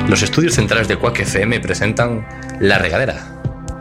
Los estudios centrales de Quack FM presentan La Regadera.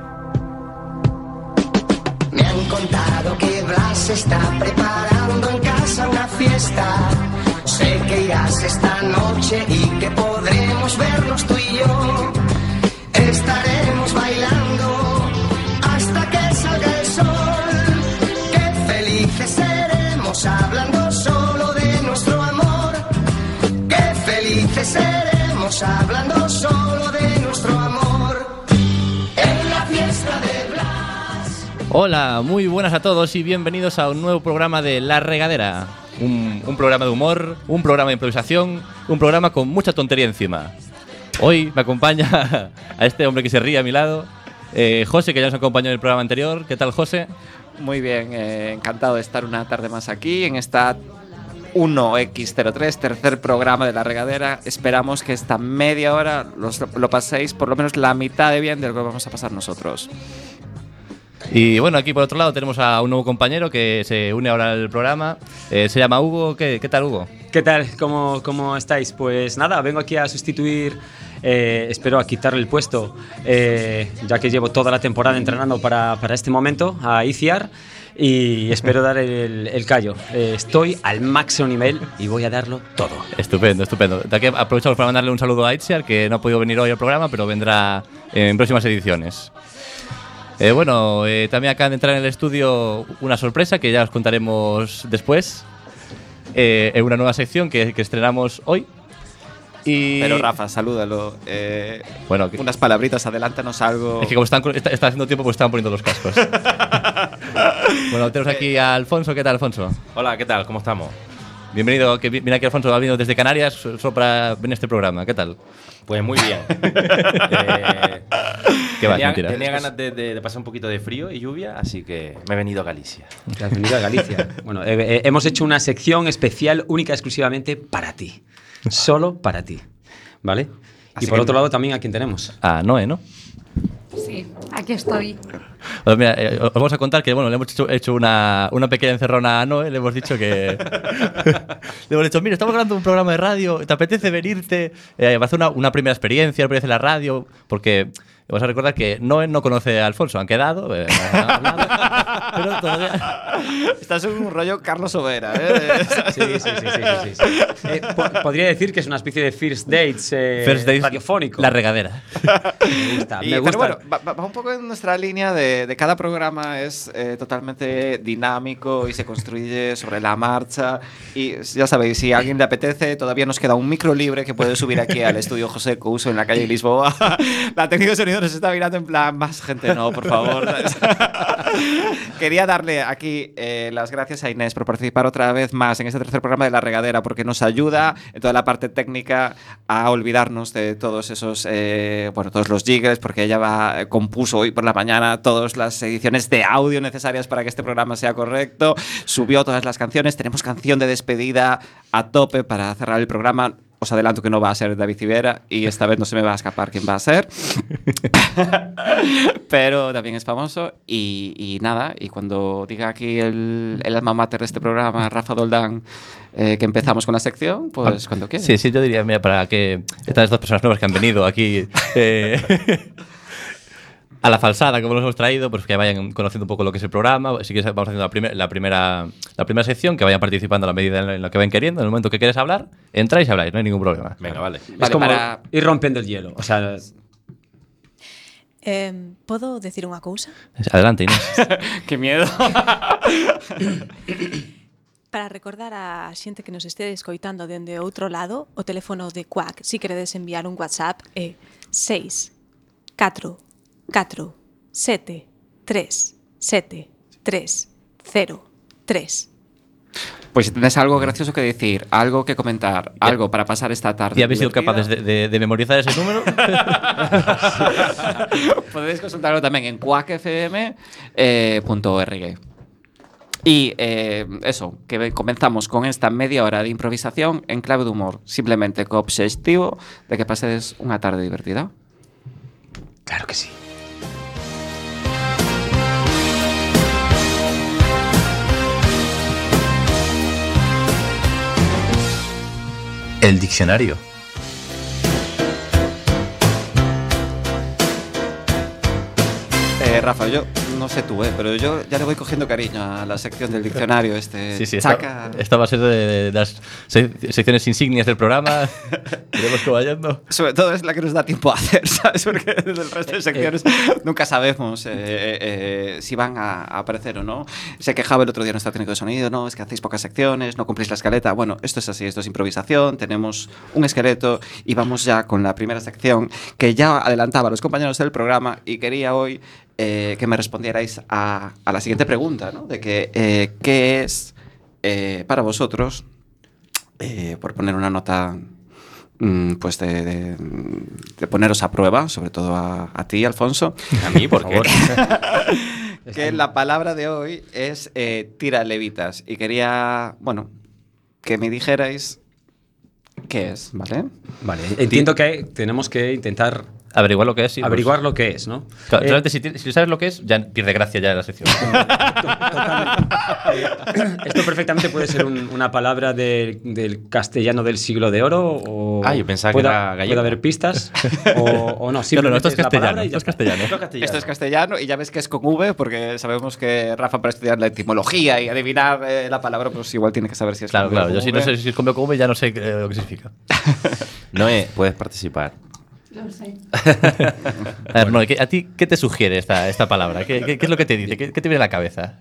Me han contado que Blas está preparando en casa una fiesta. Sé que irás esta noche y que podremos vernos tú y yo. Estaremos bailando hasta que salga el sol. Qué felices seremos hablando solo de nuestro amor. Qué felices seremos hablando solo de nuestro amor. En la fiesta de Blas. Hola, muy buenas a todos y bienvenidos a un nuevo programa de La Regadera. Un programa de humor, un programa de improvisación, un programa con mucha tontería encima. Hoy me acompaña a este hombre que se ríe a mi lado, José, que ya nos acompañó en el programa anterior. ¿Qué tal, José? Muy bien, encantado de estar una tarde más aquí en esta 1X03, tercer programa de La Regadera. Esperamos que esta media hora lo paséis por lo menos la mitad de bien de lo que vamos a pasar nosotros. Y bueno, aquí por otro lado tenemos a un nuevo compañero que se une ahora al programa. Se llama Hugo. ¿Qué tal, Hugo? ¿Qué tal? ¿Cómo estáis? Pues nada, vengo aquí a sustituir, espero a quitarle el puesto, ya que llevo toda la temporada entrenando para este momento, a Iciar, y espero dar el callo. Estoy al máximo nivel y voy a darlo todo. Estupendo. De aquí aprovechamos para mandarle un saludo a Itziar, que no ha podido venir hoy al programa, pero vendrá en próximas ediciones. También acaba de entrar en el estudio una sorpresa que ya os contaremos después, en una nueva sección que estrenamos hoy. Pero Rafa, salúdalo. Unas palabritas, adelántanos algo. Es que como está haciendo tiempo, pues estaban poniendo los cascos. Bueno, tenemos aquí a Alfonso. ¿Qué tal, Alfonso? Hola, ¿qué tal? ¿Cómo estamos? Bienvenido, que viene aquí Alfonso, ha venido desde Canarias solo para venir a este programa. ¿Qué tal? Pues muy bien. Tenía ganas de pasar un poquito de frío y lluvia, así que me he venido a Galicia. ¿Te has venido a Galicia? Bueno, hemos hecho una sección especial, única exclusivamente para ti. Solo para ti, ¿vale? Así y por otro lado también a quién tenemos. A Noé, ¿no? Sí, aquí estoy. Pues mira, os vamos a contar que le hemos hecho una pequeña encerrona a Noé. Le hemos dicho que le hemos dicho, mira, estamos grabando un programa de radio, ¿te apetece venirte? Va a hacer una primera experiencia, en la radio, porque vas a recordar que Noé no conoce a Alfonso, han quedado, pero todavía... Estás en un rollo Carlos Sobera, Sí. Podría decir que es una especie de first dates radiofónico. La Regadera. Me gusta. Pero bueno, va un poco en nuestra línea de cada programa es totalmente dinámico y se construye sobre la marcha. Y ya sabéis, si a alguien le apetece, todavía nos queda un micro libre que puede subir aquí al estudio José Couso en la calle Lisboa. La técnica de sonido nos está mirando en plan, más gente no, por favor. Quería darle aquí las gracias a Inés por participar otra vez más en este tercer programa de La Regadera, porque nos ayuda en toda la parte técnica a olvidarnos de todos esos, todos los jingles, porque ella compuso hoy por la mañana todas las ediciones de audio necesarias para que este programa sea correcto, subió todas las canciones, tenemos canción de despedida a tope para cerrar el programa. Os adelanto que no va a ser David Civera y esta vez no se me va a escapar quién va a ser. Pero también es famoso y nada, y cuando diga aquí el alma mater de este programa, Rafa Doldán, que empezamos con la sección, pues cuando quieras. Sí, yo diría, mira, para que estas dos personas nuevas que han venido aquí a la falsada, como los hemos traído, pues que vayan conociendo un poco lo que es el programa. Así que vamos haciendo la primera sección, que vayan participando a la medida en la que vayan queriendo. En el momento que quieres hablar, entráis y habláis, no hay ningún problema. Venga, vale. Es como ir rompiendo el hielo. O sea, ¿Podo decir unha cousa? Adelante, Inés. ¡Qué miedo! Para recordar a xente que nos este escoitando dende outro lado, o teléfono de Quack, si queredes enviar un WhatsApp, é 644-737-303. Pues si tenés algo gracioso que decir, algo que comentar, algo para pasar esta tarde. ¿Y habéis sido capaces de memorizar ese número? Podéis consultarlo también en quackfm.org. Y eso, que comenzamos con esta media hora de improvisación en clave de humor, simplemente co obxectivo de que pases unha tarde divertida. Claro que sí. El diccionario. Rafa, yo no sé tú, pero yo ya le voy cogiendo cariño a la sección del diccionario Sí, Chaca. esta va a ser de las secciones insignias del programa. Iremos cómo yendo. Sobre todo es la que nos da tiempo a hacer, ¿sabes? Porque del resto de secciones nunca sabemos si van a aparecer o no. Se quejaba el otro día nuestro técnico de sonido, no, es que hacéis pocas secciones, no cumplís la escaleta. Bueno, esto es así, esto es improvisación, tenemos un esqueleto y vamos ya con la primera sección que ya adelantaba a los compañeros del programa y quería hoy que me respondierais a la siguiente pregunta, ¿no? De que, ¿qué es para vosotros, por poner una nota, pues de poneros a prueba, sobre todo a ti, Alfonso? A mí, por favor. Que la palabra de hoy es tiralevitas y quería, bueno, que me dijerais qué es, ¿vale? Vale, entiendo que tenemos que intentar Averiguar lo que es. Sí, averiguar lo que es, ¿no? Claro, solamente si sabes lo que es, ya pierde gracia ya la sección. Esto perfectamente puede ser una palabra del castellano del siglo de oro o yo pensaba que era gallego. Puede haber pistas o no, No, esto es simplemente la palabra castellano. y ya Esto es castellano. Esto es castellano y ya ves que es con V porque sabemos que Rafa para estudiar la etimología y adivinar la palabra pues igual tiene que saber si es Claro, con V o claro. Yo con si no V. sé si es con B o con V ya no sé lo que significa. Noé, puedes participar. Lo sé. A ver, no, ¿a ti qué te sugiere esta palabra? ¿Qué es lo que te dice? ¿Qué te viene a la cabeza?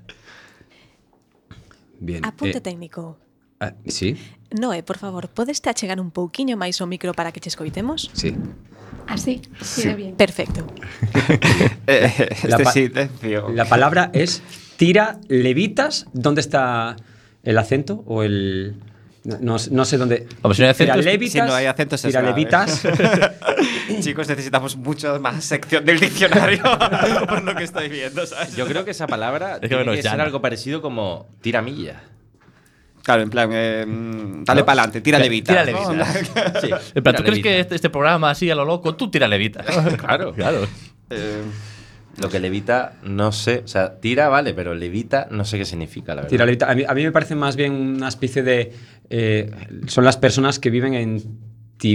Bien. Apunte técnico. Sí, Noé, por favor, podes te achegar un pouquiño máis o micro para que te escoitemos? sí. Así, sigue bien. Perfecto. Este silencio. La palabra es tira levitas. ¿Dónde está el acento o el...? No sé dónde. Hombre, si no hay acento, Tiralevitas, si no hay acento, es tiralevitas. Chicos, necesitamos mucho más sección del diccionario por lo que estoy viendo, ¿sabes? Yo creo que esa palabra que tiene bueno, que ya ser no. algo parecido como tiramilla. Claro, en plan, dale ¿No? para adelante, tira levitas. Tira levitas. Sí. En plan, ¿tú crees que este programa así a lo loco? Tú tira levitas. Claro. Claro. Lo que levita, no sé. O sea, tira, vale, pero levita, no sé qué significa, la verdad. Tiralevita. A mí me parece más bien una especie de... son las personas que viven en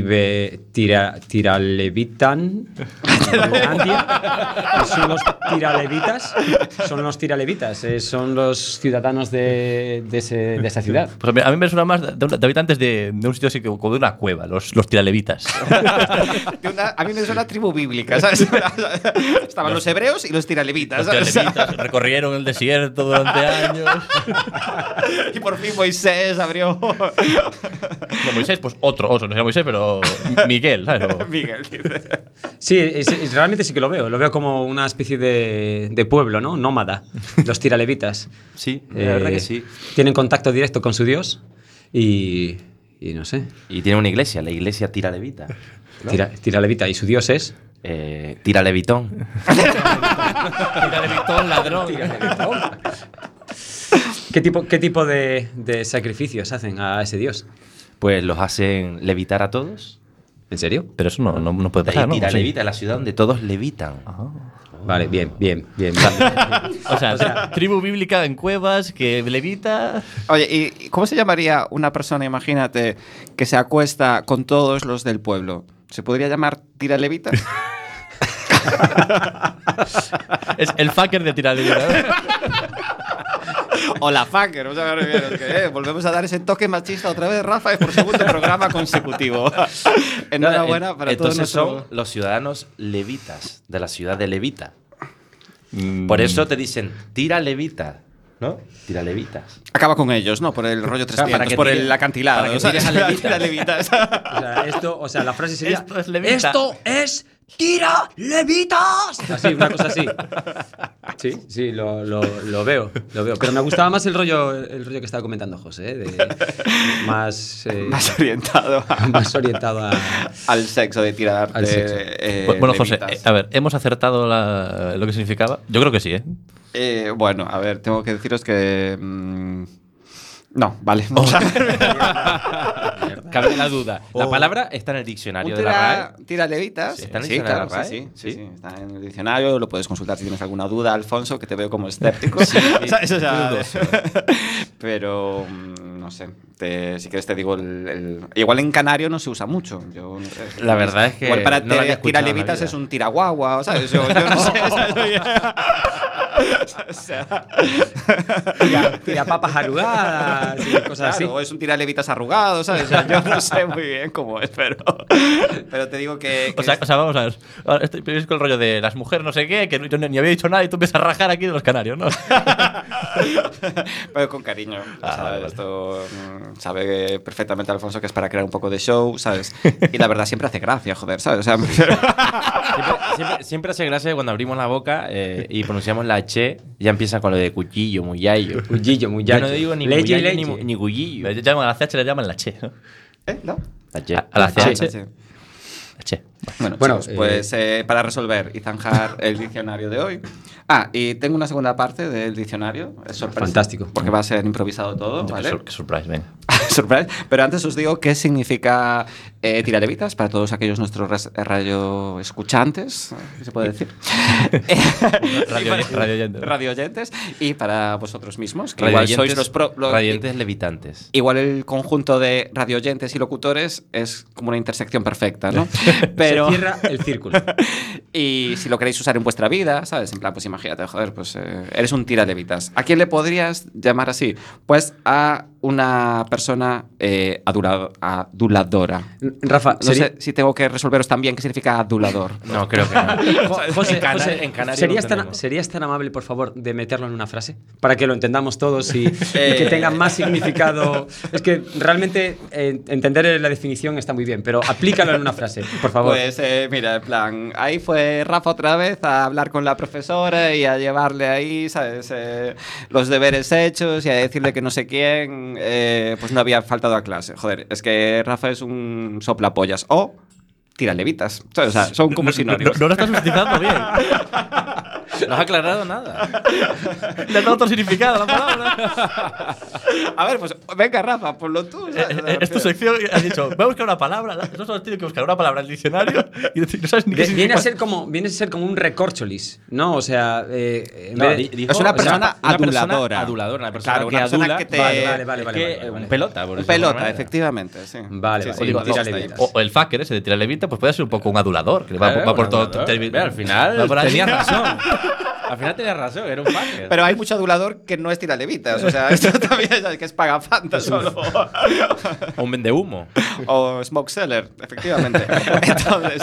Tiralevitan, Tailandia. Son los tiralevitas. Son los tiralevitas. Son los ciudadanos de esa ciudad. Pues a mí me suena más de habitantes de un sitio así como de una cueva, los tiralevitas. A mí me suena tribu bíblica, ¿sabes? Estaban los hebreos y los tiralevitas. Los ¿sabes? tiralevitas recorrieron el desierto durante años. Y por fin Moisés abrió. No, Moisés, pues otro, no era Moisés, pero Miguel, ¿sabes? Miguel, dice. Sí, realmente sí que lo veo. Lo veo como una especie de pueblo, ¿no? Nómada. Los tiralevitas. Sí, la verdad que sí. Tienen contacto directo con su Dios y no sé. Y tiene una iglesia, la iglesia tiralevita. ¿No? Tiralevita. ¿Y su Dios es? Tiralevitón. Tiralevitón, ladrón. ¿Qué tipo de sacrificios hacen a ese Dios? Pues los hacen levitar a todos. ¿En serio? Pero eso no puede De pasar, ahí ¿no? Tiralevita, la ciudad donde todos levitan. Vale, bien. O sea, tribu bíblica en cuevas que levita. Oye, ¿y cómo se llamaría una persona, imagínate, que se acuesta con todos los del pueblo? ¿Se podría llamar tiralevita? Es el fucker de tiralevita. O la fucker, o sea, es que, volvemos a dar ese toque machista otra vez, Rafa, es por segundo programa consecutivo. Enhorabuena para todos Entonces nuestros... son los ciudadanos levitas, de la ciudad de Levita. Por eso te dicen, tira levita, ¿no? Tira levitas. Acaba con ellos, ¿no? Por el rollo 300, para que por tire- el acantilado. para que o sea, tires a levitas. tira levitas. O sea, la frase sería: Esto es levita. ¡Esto es tira levitas! Así, una cosa así. Sí, lo veo. Pero me gustaba más el rollo que estaba comentando José, Más orientado más orientado a. al sexo, de tirar. Al sexo. Bueno, José, levitas. a ver, ¿hemos acertado lo que significaba? Yo creo que sí, ¿eh? Bueno, a ver, tengo que deciros que No, vale. Cabe la duda. La palabra está en el diccionario de la RAE. Tira levitas. Sí, está en el diccionario de la RAE. Sí, está en el diccionario. Lo puedes consultar si tienes alguna duda, Alfonso, que te veo como escéptico. ¿Sabes? O sea, pero no sé. Si quieres te digo igual en canario no se usa mucho. Yo, La verdad es que igual para no lo había tira escuchado en la levitas vida. es un tiraguagua, ¿sabes? Yo no sé. O sea, Tira papas arrugadas y cosas así. claro, o es un tiralevitas arrugado, ¿sabes? O sea, yo no sé muy bien cómo es, pero te digo que O sea, vamos a ver. Ahora estoy con el rollo de las mujeres no sé qué, que yo ni había dicho nada y tú empiezas a rajar aquí de los canarios, ¿no? pero con cariño. Ah, ¿sabes? vale. Esto sabe perfectamente Alfonso que es para crear un poco de show, ¿sabes? Y la verdad siempre hace gracia, joder, ¿sabes? O sea, Siempre hace gracia cuando abrimos la boca y pronunciamos la che, ya empieza con lo de cuchillo, muyayo. Cuchillo, muyayo. Yo no digo ni Leche y muyayo leche. ni cuchillo. Le llaman a la CH, le llaman la che, ¿no? ¿No? La che. A la CH. Sí. La che. Bueno, chicos, pues para resolver y zanjar el diccionario de hoy. Y tengo una segunda parte del diccionario. Es sorpresa. Fantástico. Porque va a ser improvisado todo, ¿vale? Qué surprise, venga. Surprise. Pero antes os digo qué significa tiralevitas para todos aquellos nuestros radio escuchantes, ¿qué se puede decir? Radio oyentes. Y para vosotros mismos, que igual sois los radiantes levitantes. Igual el conjunto de radioyentes y locutores es como una intersección perfecta, ¿no? Pero Se cierra el círculo. y si lo queréis usar en vuestra vida, ¿sabes? En plan, pues imagínate, joder, pues eres un tiralevitas. ¿A quién le podrías llamar así? Pues a una persona aduladora. Rafa, No sé si tengo que resolveros también qué significa adulador. No, creo que no. José, En Canarias ¿serías tan amable, por favor, de meterlo en una frase? Para que lo entendamos todos y que tenga más significado. Es que realmente entender la definición está muy bien, pero aplícalo en una frase, por favor. Pues mira, en plan, ahí fue Rafa otra vez a hablar con la profesora y a llevarle ahí, ¿sabes? Los deberes hechos y a decirle que no sé quién pues no había faltado a clase. Joder, es que Rafa es un soplapollas o tiralevitas. O sea, son como sinónimos. No lo estás utilizando bien. No has aclarado nada. Le has dado otro significado a la palabra. A ver, pues venga, Rafa, ponlo tú. Es tu sección y has dicho, voy a buscar una palabra. No solo tienes que buscar una palabra en el diccionario y no sabes ni qué Viene a significa. ser como un recorcholis, ¿no? O sea, Es una persona aduladora. Una persona Claro, que una persona adula. que te- Vale. Un pelota, por Un decirlo de pelota, alguna manera. efectivamente, sí. Vale, Sí, vale. sí, Digo, sí, tiralevitas. O el fucker ese de tirar levita, pues puede ser un poco un adulador. Que va Claro, por todo. adulador. Mira, al final va por ahí. tenías razón. Al final tenías razón, era un fucker. Pero hay mucho adulador que no es tiralevitas. O sea, esto también es que es pagafantas solo. O un vendehumo. O smoke seller, efectivamente. Entonces,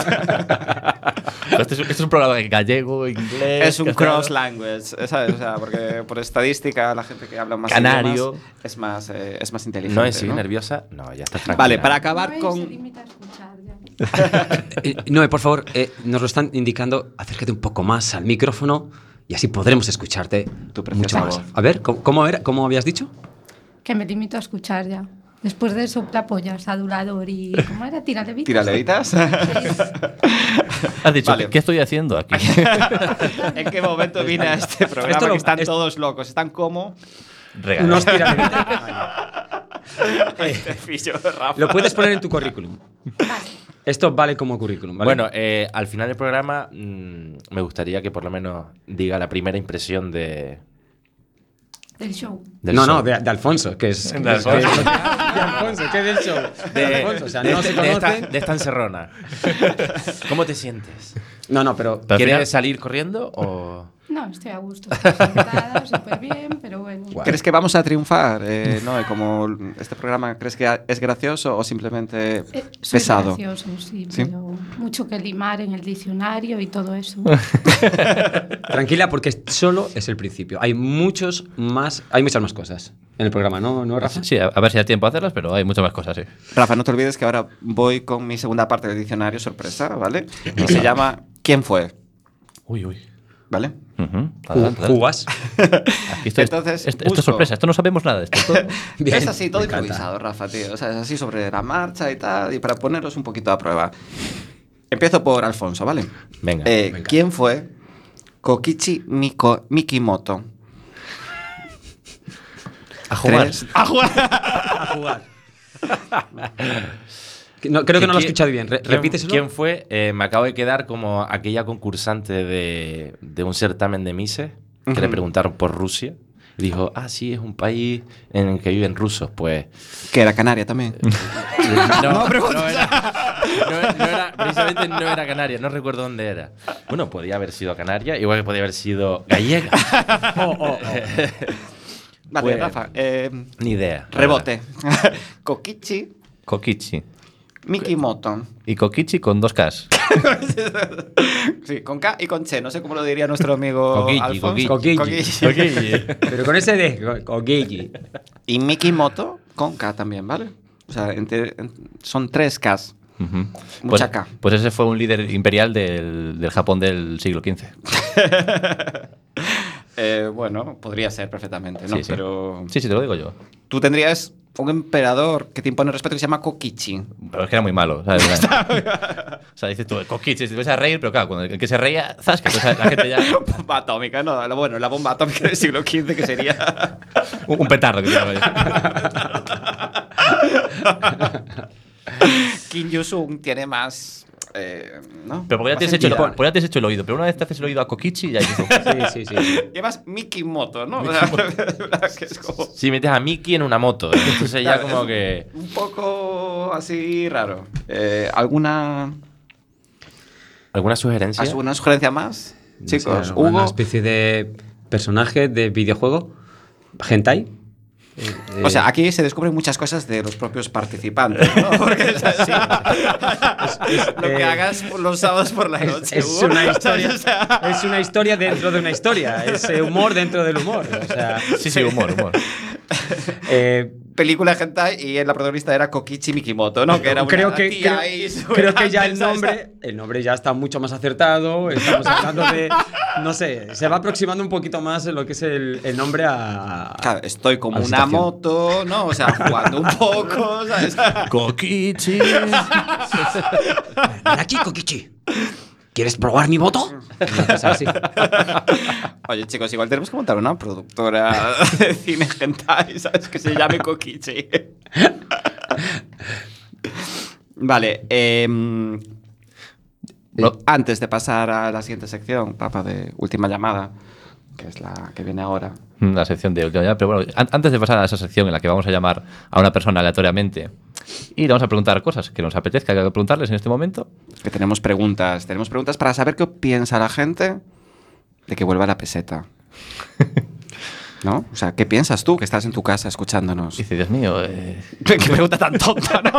Este es un programa en gallego, inglés. es un castellano. cross language, ¿sabes? O sea, porque por estadística la gente que habla más Canario. idiomas es más inteligente. No es nerviosa. No, ya está tranquila. Vale, para acabar No, se con... limita a escuchar ya. No, por favor, nos lo están indicando. Acércate un poco más al micrófono y así podremos escucharte Tu preciosa mucho más. voz. A ver, ¿cómo era? ¿Cómo habías dicho? Que me limito a escuchar ya. Después de soplapollas, adulador y... ¿Cómo era? Tiralevitas. ¿Tiralevitas? Has dicho, Vale. ¿qué estoy haciendo aquí? ¿En qué momento vine a este programa? Esto lo- que están es- todos locos, están como... Regalo. Unos tiralevitas. Lo puedes poner en tu currículum. Esto vale como currículum, ¿vale? Bueno, al final del programa me gustaría que por lo menos diga la primera impresión del Del show. show. de Alfonso, que es... De Alfonso. de Alfonso, ¿qué del show? De Alfonso, o sea, no se conocen. de esta encerrona. ¿Cómo te sientes? No, pero... Pero al ¿Quieres final- salir corriendo o...? No, estoy a gusto. Estoy sentada, súper bien, pero bueno. ¿Crees que vamos a triunfar? ¿No? Y como este programa, ¿crees que es gracioso o simplemente Soy pesado? gracioso, sí, ¿Sí? pero mucho que limar en el diccionario y todo eso. Tranquila, porque solo es el principio. Hay muchas más cosas en el programa, ¿no, Rafa? Sí, a ver si da tiempo a hacerlas, pero hay muchas más cosas, sí. Rafa, no te olvides que ahora voy con mi segunda parte del diccionario sorpresa, ¿vale? Y se llama ¿Quién fue? Uy. ¿Vale? Adelante. Jugas. Aquí estoy. Entonces, esto es busco. sorpresa, esto no sabemos nada de esto. Bien, Es así, todo me encanta. improvisado, Rafa, tío. O sea, es así sobre la marcha y tal, y para poneros un poquito a prueba. Empiezo por Alfonso, ¿vale? Venga. ¿Quién fue Kokichi Mikimoto? A jugar. 3. ¡A jugar! A jugar. No, creo que no lo he escuchado bien. Repíteselo. ¿Quién fue? Me acabo de quedar como aquella concursante de un certamen de Mises que le preguntaron por Rusia. Y dijo, sí, es un país en el que viven rusos. Pues... Que era Canaria también. Precisamente no era Canarias, no recuerdo dónde era. Bueno, podía haber sido Canarias, igual que podía haber sido gallega. Vale, Pues, Rafa. Ni idea. Rebote. Kokichi, Kokichi. Mikimoto. Y Kokichi con 2 Ks. Sí, con K y con Che. No sé cómo lo diría nuestro amigo Kokichi, Alfonso. Kokichi. Pero con ese de Kokichi. Y Mikimoto con K también, ¿vale? O sea, son 3 Ks. Ujú. Mucha K. Pues ese fue un líder imperial del Japón del siglo XV. Bueno, podría ser perfectamente, ¿no? Sí, sí. Pero Sí, te lo digo yo. tú tendrías un emperador que te impone respeto que se llama Kokichi. Pero es que era muy malo, ¿sabes? O sea, dices tú, Kokichi, te vas a reír, pero claro, cuando el que se reía, zasca, entonces la gente ya... Bomba atómica, ¿no? Bueno, la bomba atómica del siglo XV que sería... un petardo que tiene. Kim Il-sung tiene más... ¿no? Pero porque ya, Más te entidad. has hecho el oído. Pero una vez te haces el oído a Kokichi, ya dices... Sí. Y además Mikimoto, ¿no? O sea, que es como... Si metes a Mickey en una moto, entonces ya como que... Un poco así raro. ¿Alguna sugerencia? sugerencia más? Chicos, Una Hugo... especie de personaje de videojuego. Hentai. O sea, aquí se descubren muchas cosas de los propios participantes, ¿no? Porque es así. Lo que hagas los sábados por la noche. Es Hugo. una historia, O sea, es una historia dentro de una historia. Es humor dentro del humor. O sea, Sí, humor. película hentai y la protagonista era Kokichi Mikimoto, ¿no? Que era una creo que tía ahí creo que ya súper el nombre ya está mucho más acertado. Estamos hablando de, no sé, se va aproximando un poquito más lo que es el nombre a Claro, estoy como a la una situación. moto, ¿no? O sea, jugando un poco, ¿sabes? Kokichi. Ven aquí, Kokichi. ¿Quieres probar mi moto? Una cosa así. Oye, chicos, igual tenemos que montar una productora de cine hentai, ¿sabes? Que se llame Kokichi. Vale, antes de pasar a la siguiente sección, Rafa, de última llamada, que es la que viene ahora. La sección de última llamada. Pero bueno, antes de pasar a esa sección en la que vamos a llamar a una persona aleatoriamente y le vamos a preguntar cosas que nos apetezca preguntarles en este momento. Que tenemos preguntas para saber qué piensa la gente de que vuelva la peseta. ¿No? O sea, ¿qué piensas tú que estás en tu casa escuchándonos? Dice, Dios mío, Qué pregunta tan tonta, ¿no?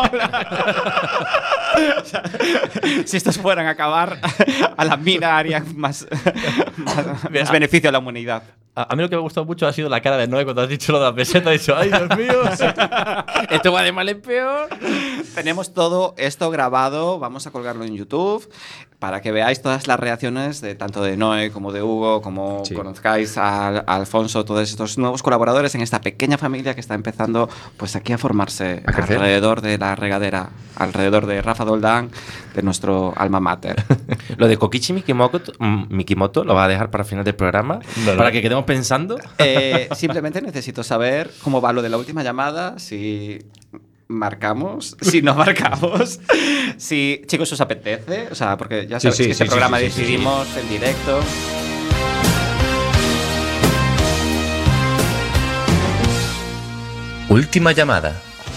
O sea, si estos fueran a acabar a la mina harían más beneficio a la humanidad. a mí lo que me ha gustado mucho ha sido la cara de Noé cuando has dicho lo de la peseta. Ha dicho, ay, Dios mío. Esto va de mal en peor. Tenemos todo esto grabado, vamos a colgarlo en YouTube para que veáis todas las reacciones de tanto de Noé como de Hugo, como conozcáis a Alfonso, todos estos nuevos colaboradores en esta pequeña familia que está empezando pues aquí a formarse alrededor de la regadera, alrededor de Rafa Doldán, de nuestro alma mater. Lo de Kokichi Mikimoto lo va a dejar para el final del programa, para que quedemos pensando. Simplemente necesito saber cómo va lo de la última llamada, si marcamos, si no marcamos, si, chicos, os apetece, o sea, porque ya sabéis que este programa decidimos en directo. Última llamada.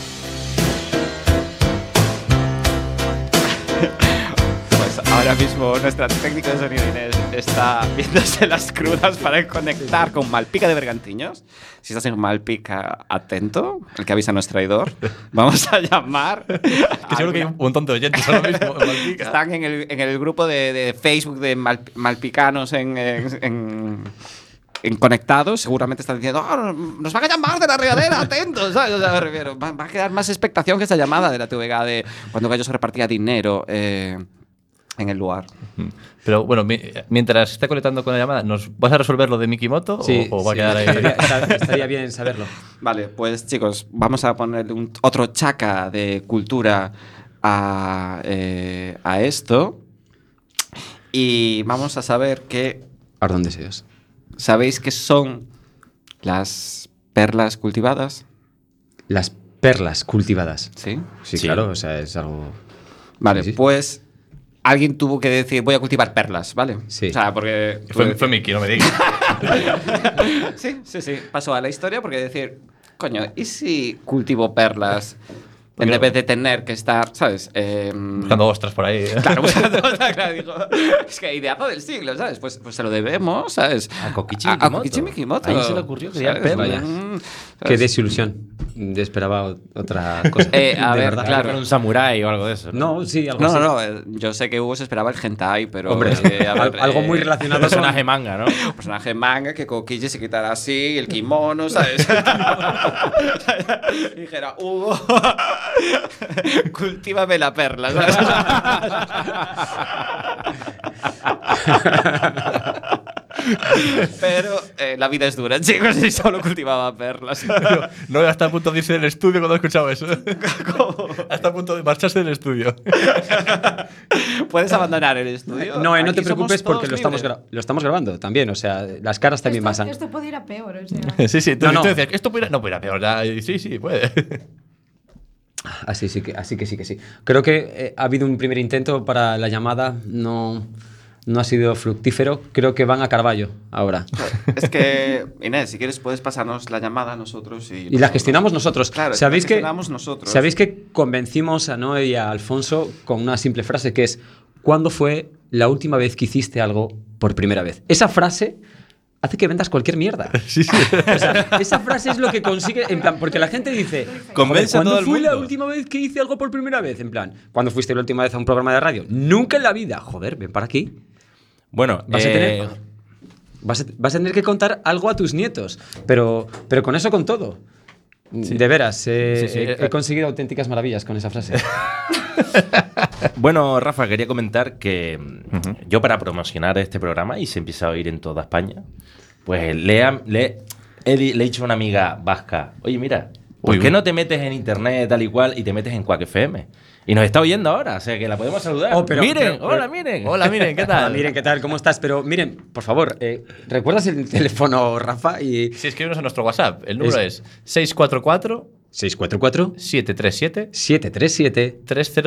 Pues ahora mismo nuestra técnica de sonido Inés está viéndose las crudas para conectar con Malpica de Bergantiños. Si estás en Malpica, atento, el que avisa no es traidor. Vamos a llamar. Que seguro que hay un montón de oyentes ahora mismo en Malpica. Están en el grupo de Facebook de malpicanos en conectados, seguramente están diciendo, nos van a llamar de la regadera, atentos, ¿sabes? O sea, me refiero, va a quedar más expectación que esa llamada de la TVG de cuando Gallo se repartía dinero en el lugar. Pero bueno, mientras esté conectando con la llamada, ¿nos vas a resolver lo de Mikimoto o va a quedar ahí? Estaría bien saberlo. Vale, pues chicos, vamos a ponerle otro chaca de cultura a esto y vamos a saber que... Ardón deseos. ¿Sabéis qué son las perlas cultivadas? Las perlas cultivadas. Sí. Sí, Sí. claro, o sea, es algo... Vale, Sí, sí. pues alguien tuvo que decir, voy a cultivar perlas, ¿vale? Sí. O sea, porque... Fue Miki, no me digas. Sí. Pasó a la historia porque decir, coño, ¿y si cultivo perlas en Porque- vez de tener que estar, ¿sabes? Buscando ostras por ahí. Claro, buscando otra, claro, digo, es que ideazo del siglo, ¿sabes? Pues se lo debemos, ¿sabes? A Kokichi A Mikimoto. Kokichi Mikimoto. A él se le ocurrió crear ¿sabes? perlas. ¿sabes? Qué desilusión. Esperaba otra cosa. A De ver, verdad. claro. Con un samurái o algo de eso. No, sí, algo No, así. no, yo sé que Hugo se esperaba el hentai, pero... Hombre, es que, a ver, algo muy relacionado con... Personaje manga, ¿no? Un personaje manga que Kokichi se quitara así, el kimono, ¿sabes? Y dijera, Hugo, cultívame la perla, ¿sabes? Pero la vida es dura, chicos, y solo cultivaba perlas. No, hasta a punto de irse del estudio cuando he escuchado eso. Hasta a punto de marcharse del estudio. ¿Puedes abandonar el estudio? No, no Aquí te preocupes somos porque todos lo estamos grabando también. O sea, las caras también esto, pasan. esto puede ir a peor, o sea. Sí, tú, No. tú decías, esto puede ir, no puede ir a peor. Ya, y sí, puede. Así que sí. Creo que ha habido un primer intento para la llamada. No ha sido fructífero. Creo que van a Carballo ahora. Es que, Inés, si quieres puedes pasarnos la llamada a nosotros y Y la gestionamos nosotros. Claro, ¿Sabéis la que gestionamos nosotros. ¿Sabéis que convencimos a Noé y a Alfonso con una simple frase que es ¿cuándo fue la última vez que hiciste algo por primera vez? Esa frase hace que vendas cualquier mierda. Sí. O sea, esa frase es lo que consigue, en plan, porque la gente dice, Convence a "Joder, todo el ¿cuándo fue la mundo?". última vez que hice algo por primera vez? En plan, ¿cuándo fuiste la última vez a un programa de radio? Nunca en la vida. Joder, ven para aquí. Bueno, Vas a tener que contar algo a tus nietos, pero con eso con todo. De veras, he conseguido auténticas maravillas con esa frase. Bueno, Rafa, quería comentar que yo para promocionar este programa y se empieza a oír en toda España, pues le he dicho a una amiga vasca, oye, mira, ¿por qué no te metes en internet tal y cual y te metes en Quack FM? Y nos está oyendo ahora, o sea que la podemos saludar. Oh, pero- miren, pero- hola, miren. Hola, miren, ¿qué tal? Hola, miren, ¿qué tal? ¿Cómo estás? Pero miren, por favor, ¿recuerdas el teléfono, Rafa? Y Sí, escríbenos a nuestro WhatsApp. El número es 644 644-737-303. 737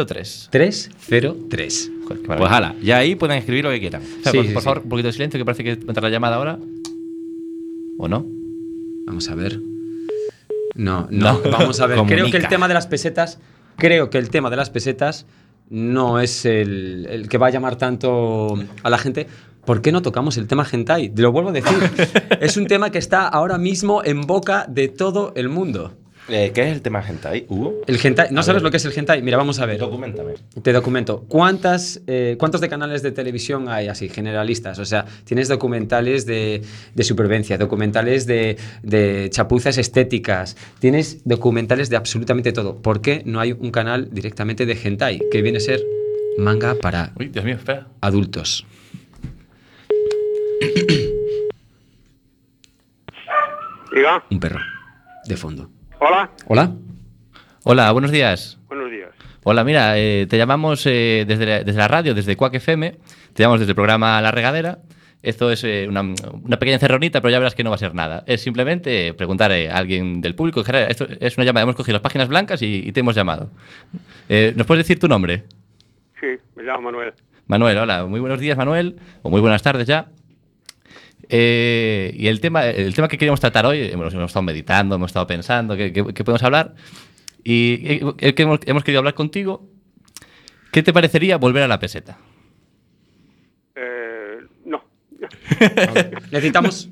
303. Joder, qué Pues maravilla. hala, ya ahí pueden escribir lo que quieran. O sea, Sí, por sí, favor, un poquito de silencio, que parece que entra la llamada ahora. ¿O no? Vamos a ver. No, No. vamos a ver. Creo Comunica. que el tema de las pesetas no es el que va a llamar tanto a la gente. ¿Por qué no tocamos el tema hentai? Te lo vuelvo a decir. Es un tema que está ahora mismo en boca de todo el mundo. ¿Qué es el tema hentai, Hugo? El hentai, ¿no A sabes ver. lo que es el hentai? Mira, vamos a ver. Documentame. Te documento. ¿Cuántos de canales de televisión hay así, generalistas? O sea, tienes documentales de supervivencia, documentales de chapuzas estéticas, tienes documentales de absolutamente todo. ¿Por qué no hay un canal directamente de hentai, que viene a ser manga para Uy, Dios mío, espera. adultos? Diga. Un perro, de fondo. Hola. ¿Hola? Hola, buenos días. Buenos días. Hola, mira, te llamamos desde la radio, desde Quack FM. Te llamamos desde el programa La Regadera. Esto es una pequeña encerronita, pero ya verás que no va a ser nada. Es simplemente preguntar a alguien del público. En general, esto es una llamada. Hemos cogido las páginas blancas y te hemos llamado. ¿Nos puedes decir tu nombre? Sí, me llamo Manuel. Manuel, hola. Muy buenos días, Manuel. O muy buenas tardes ya. Y el tema que queríamos tratar hoy, hemos estado meditando, hemos estado pensando qué podemos hablar. Y que hemos querido hablar contigo. ¿Qué te parecería volver a la peseta? No. Necesitamos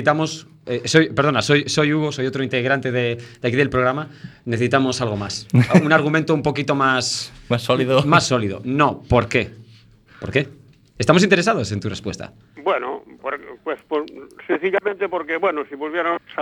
soy Hugo, soy otro integrante de aquí del programa. Necesitamos algo más. Un argumento un poquito más Más sólido. Más sólido. No, ¿por qué? ¿Por qué? Estamos interesados en tu respuesta. Bueno, sencillamente porque, bueno, si volviéramos a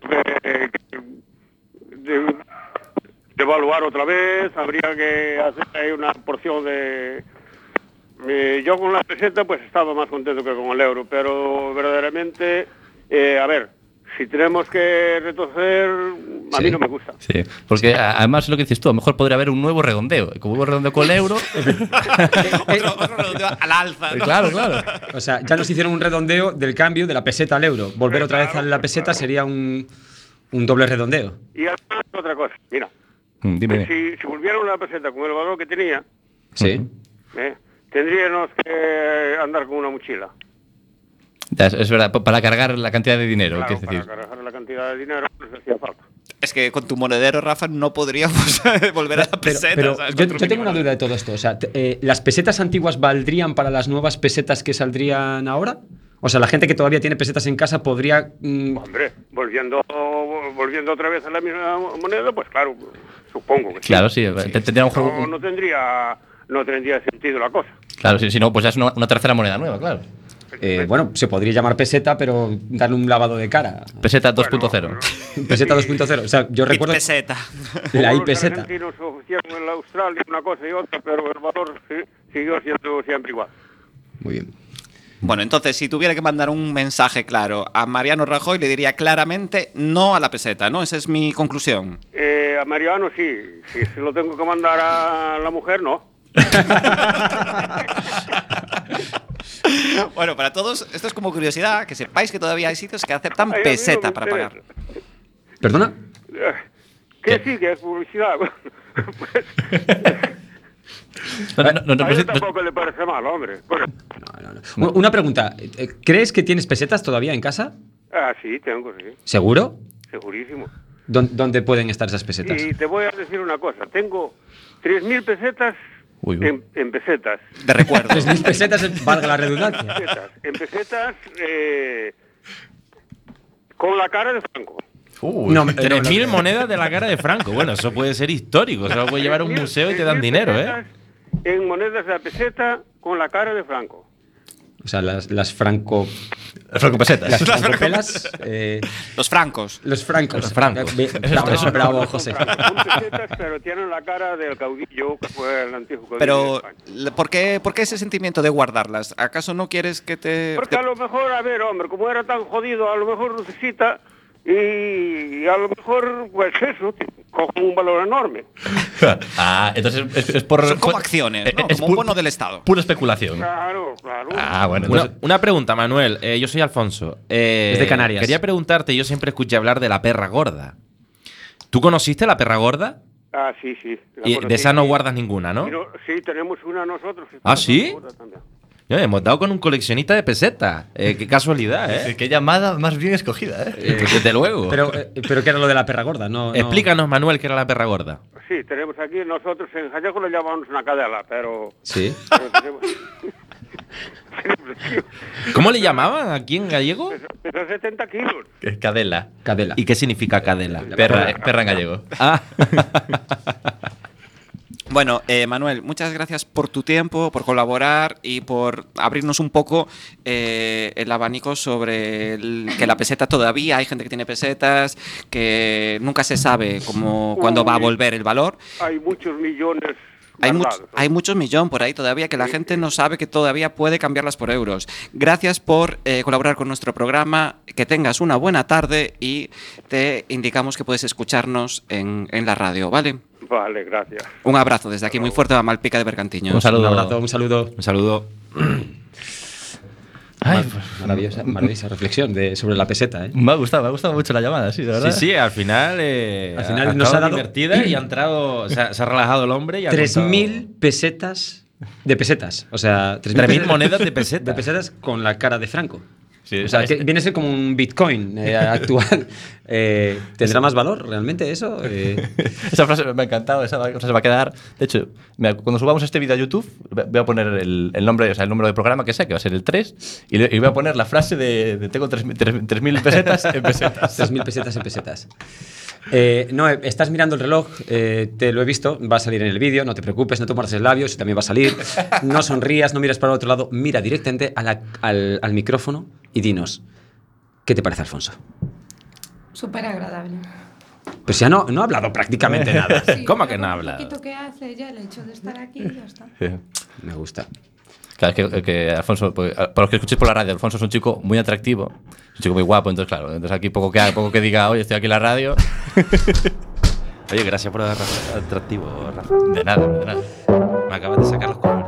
de evaluar otra vez, habría que hacer ahí una porción de... yo con la peseta pues estaba más contento que con el euro, pero verdaderamente, a ver, si tenemos que retroceder, a mí no me gusta. Sí, porque además lo que dices tú, a lo mejor podría haber un nuevo redondeo. Como hubo redondeo con el euro. Otro redondeo al alza, ¿no? Claro. O sea, ya nos hicieron un redondeo del cambio de la peseta al euro. Volver otra vez a la peseta sería un Un doble redondeo. Y además, otra cosa, mira, Dime. si volviera una peseta con el valor que tenía, Sí. tendríamos que andar con una mochila. Ya, es verdad, para cargar la cantidad de dinero, Claro, ¿qué es para decir? cargar la cantidad de dinero pues hacía falta. Es que con tu monedero, Rafa, no podríamos volver a la peseta. Pero ¿sabes? yo Con tu tengo una mínimo. duda de todo esto. O sea, ¿las pesetas antiguas valdrían para las nuevas pesetas que saldrían ahora? O sea, la gente que todavía tiene pesetas en casa podría... Hombre, volviendo otra vez a la misma moneda, pues claro, supongo que sí. Claro, sí, tendría un juego. No tendría sentido la cosa. Claro, si no, pues ya es una tercera moneda nueva, claro. bueno, se podría llamar peseta, pero darle un lavado de cara. Peseta 2.0. Peseta 2.0 O sea, yo recuerdo... peseta. La Los I-peseta. argentinos ofrecieron en Australia una cosa y otra, pero el valor siguió siendo siempre igual. Muy bien. Bueno, entonces, si tuviera que mandar un mensaje claro a Mariano Rajoy, le diría claramente no a la peseta, ¿no? Esa es mi conclusión. A Mariano sí. Si se lo tengo que mandar a la mujer, no. Bueno, para todos, esto es como curiosidad, que sepáis que todavía hay sitios que aceptan Ay, a mí peseta no me para pagar. interesa. ¿Perdona? Que sí, que es publicidad. Pues, No, a él tampoco le parece mal, hombre. Bueno, No. Una pregunta. ¿Crees que tienes pesetas todavía en casa? sí, tengo, sí. ¿Seguro? Segurísimo. ¿Dónde pueden estar esas pesetas? Y te voy a decir una cosa. Tengo 3.000 pesetas Uy. en pesetas. De recuerdo. 3.000 pesetas, valga la redundancia. En pesetas con la cara de Franco. No, 3.000 monedas de la cara de Franco. Bueno, eso puede ser histórico. Eso lo puede llevar a un museo y te dan 3.000 dinero, ¿eh? pesetas En monedas de peseta con la cara de Franco. O sea, las franco... Las francopesetas. Las francopelas... Los francos. Los francos. Los francos. Bravo, bravo, José. Son pesetas, pero tienen la cara del caudillo que fue el antiguo caudillo Pero, de España. ¿por qué ese sentimiento de guardarlas? ¿Acaso no quieres que te...? Porque a lo mejor, a ver, hombre, como era tan jodido, a lo mejor necesita y a lo mejor, pues eso, cogen un valor enorme. Entonces es por... Son como acciones, ¿no? Como un bono del Estado. Pura especulación. Claro. Bueno, Una pregunta, Manuel. Yo soy Alfonso. Es de Canarias. Quería preguntarte, yo siempre escuché hablar de la perra gorda. ¿Tú conociste la perra gorda? Sí. Y de esa no guardas ninguna, ¿no? Sí, tenemos una nosotros. ¿Sí? Ya, hemos dado con un coleccionista de pesetas. Qué casualidad, ¿eh? Qué llamada más bien escogida, ¿eh? Desde luego. Pero ¿qué era lo de la perra gorda? No. Explícanos, Manuel, qué era la perra gorda. Sí, tenemos aquí, nosotros en Jallejo le llamamos una cadela, pero... Sí. ¿Cómo le llamaban aquí en gallego? Pesa 70 kilos. Cadela. Cadela. ¿Y qué significa cadela? Perra en gallego. Bueno, Manuel, muchas gracias por tu tiempo, por colaborar y por abrirnos un poco el abanico sobre que la peseta todavía hay gente que tiene pesetas, que nunca se sabe cuándo va a volver el valor. Hay muchos millones. Hay muchos millones por ahí todavía que la gente no sabe que todavía puede cambiarlas por euros. Gracias por colaborar con nuestro programa. Que tengas una buena tarde y te indicamos que puedes escucharnos en la radio, ¿vale? Vale, gracias. Un abrazo desde aquí muy fuerte a Malpica de Bergantiños. Un saludo. Un abrazo, un saludo. Un saludo. Maravillosa reflexión sobre la peseta, ¿eh? Me ha gustado mucho la llamada, sí, de verdad. Sí, al final, nos ha dado divertida y ha entrado, se ha relajado el hombre y ha 3.000 pesetas de pesetas. O sea, 3.000 monedas de pesetas. De pesetas con la cara de Franco. Sí, O sea, que viene a ser como un Bitcoin actual. ¿Tendrá más valor realmente eso? Esa frase me ha encantado, esa frase va a quedar. De hecho, mira, cuando subamos este vídeo a YouTube, voy a poner el nombre, o sea, el número de programa que sé, que va a ser el 3, y voy a poner la frase de tengo 3.000 pesetas en pesetas. 3.000 pesetas en pesetas. No, estás mirando el reloj, te lo he visto, va a salir en el vídeo, no te preocupes, no te muerdas el labio, también va a salir. No sonrías, no mires para el otro lado, mira directamente al micrófono y dinos, ¿qué te parece, Alfonso? Súper agradable. Pues ya no ha hablado prácticamente nada. Sí, ¿Cómo que pero no con habla? Un poquito que hace ya el hecho de estar aquí y ya está. Sí. Me gusta. Claro, es que Alfonso, para los que escuchéis por la radio, Alfonso es un chico muy atractivo, un chico muy guapo, entonces claro, entonces aquí poco que diga, oye, estoy aquí en la radio. Oye, gracias por el atractivo, Rafa. De nada. Me acabas de sacar los colores.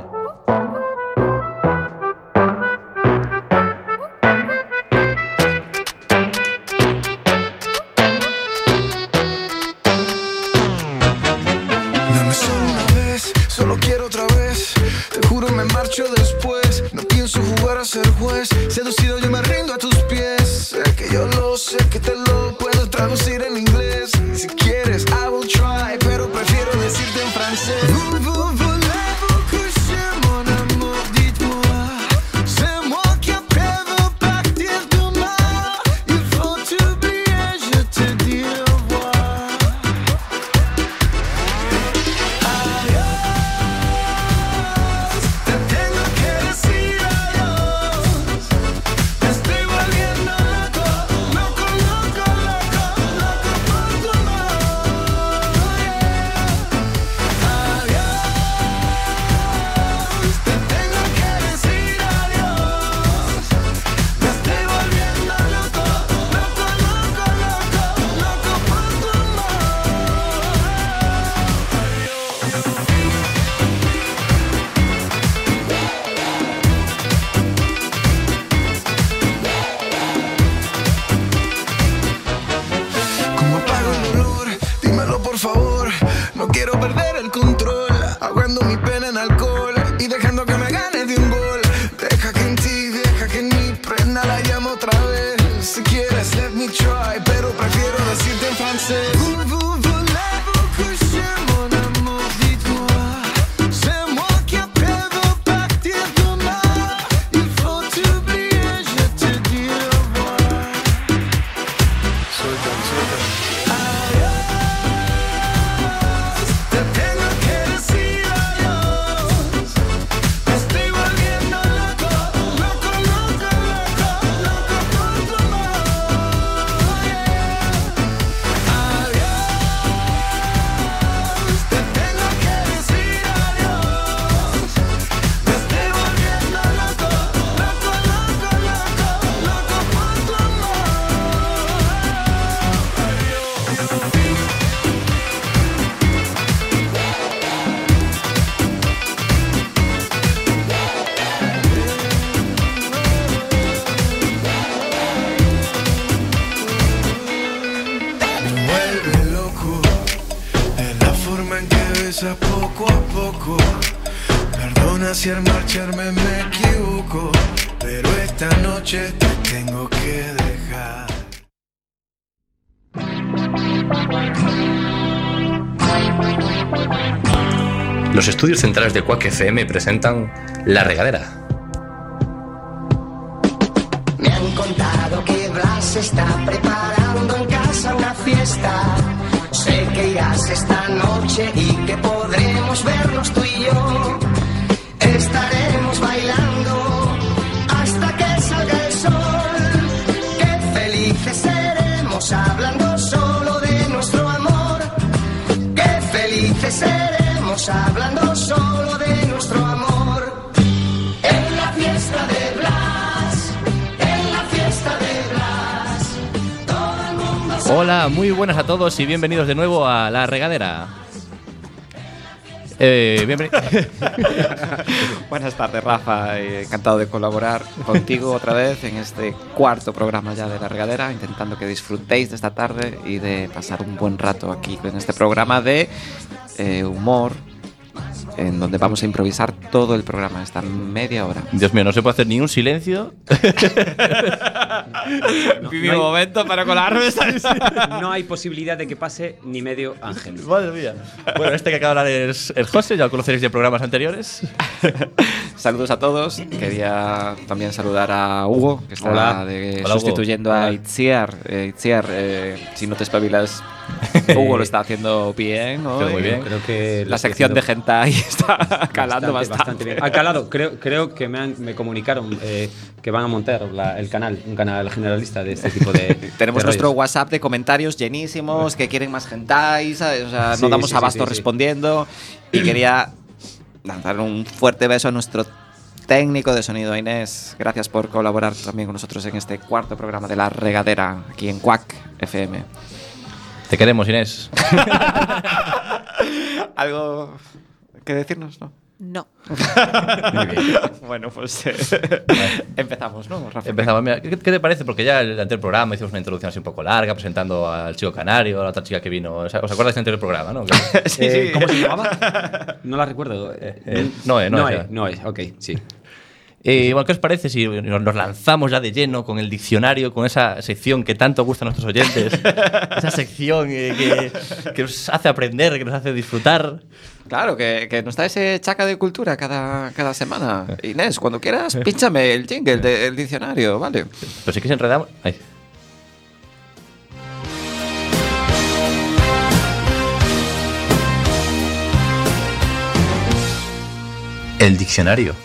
ser juez. Seducido yo me rindo a tus pies. Sé que yo lo sé, que te lo puedo traducir en inglés. Si quieres, I will try, pero prefiero decirte en francés. Voulez-vous coucher mon amour, dites-moi. C'est moi qui appelle partir demain. Il faut t'oublier, je te dis au revoir. Adiós, te tengo que decir adiós. Me estoy volviendo loco, loco, loco, loco, loco por tu amor. Adiós, te tengo que decir adiós. Me estoy volviendo loco, loco, loco, loco, loco por tu amor. ¿Cómo apago el dolor? Dímelo por favor. No quiero perder el control. Ahogando mi pena en alcohol y dejando que me gane de un gol. Deja que en ti, deja que en mí prenda la llama otra vez. Si quieres, let me try, pero prefiero decirte en francés. Voulez-vous coucher mon amour, dites-moi. C'est moi qui appelle partir demain. Il faut t'oublier, je te dis au revoir. Adiós, te tengo que decir adiós. Me estoy volviendo loco, loco, loco, loco, loco por tu amor. Adiós, te tengo que decir adiós. Me estoy volviendo loco, loco, loco, loco, loco por tu amor. Me vuelve loco, es la forma en que besas poco a poco. Perdona si al marcharme me equivoco, pero esta noche te tengo que dejar. Los estudios centrales de Quack FM presentan La Regadera. Me han contado que Blas está preparando en casa una fiesta. Sé que irás esta noche y que podremos vernos tú y yo. Estaremos bailando hasta que salga el sol. Qué felices seremos hablando solo de nuestro amor. Qué felices seremos hablando solo de nuestro amor. En la fiesta de Blas, en la fiesta de Blas, todo el mundo sabe. Hola, muy buenas a todos y bienvenidos de nuevo a La Regadera. Buenas tardes, Rafa. Encantado de colaborar contigo otra vez en este cuarto programa ya de La Regadera, intentando que disfrutéis de esta tarde y de pasar un buen rato aquí en este programa de humor, en donde vamos a improvisar todo el programa, esta media hora. Dios mío, no se puede hacer ni un silencio. Mi momento para colarme. No hay posibilidad de que pase ni medio ángel. Madre mía. Bueno, este que acaba de hablar es el José, ya lo conoceréis de programas anteriores. Saludos a todos. Quería también saludar a Hugo, que está Hola, sustituyendo Hugo. a Itziar. Itziar, si no te espabilas, Hugo lo está haciendo bien hoy. Muy bien. Creo que La sección de hentai está calando bastante. bien. Ha calado. Creo que me comunicaron que van a montar un canal generalista de este tipo de. Tenemos de nuestro rollos. WhatsApp de comentarios llenísimos, que quieren más hentai, ¿sabes? O sea, no damos abasto respondiendo. Y quería dar un fuerte beso a nuestro técnico de sonido, a Inés. Gracias por colaborar también con nosotros en este cuarto programa de La Regadera, aquí en Quack FM. Te queremos, Inés. ¿Algo que decirnos, no? No. Muy bien. Bueno, pues empezamos, ¿no, Rafa? Empezamos. Mira, ¿qué te parece? Porque ya el anterior programa hicimos una introducción así un poco larga, presentando al chico canario, a la otra chica que vino. ¿Os acordáis del anterior programa, no? Sí. ¿Cómo se llamaba? No la recuerdo. Noé, ok, sí. Bueno, ¿qué os parece si nos lanzamos ya de lleno con el diccionario, con esa sección que tanto gusta a nuestros oyentes? Esa sección que nos hace aprender, que nos hace disfrutar. Claro, que nos da ese chaca de cultura cada semana. Inés, cuando quieras, pínchame el jingle del diccionario, ¿vale? Pero sí que se enredamos. Ahí. El diccionario.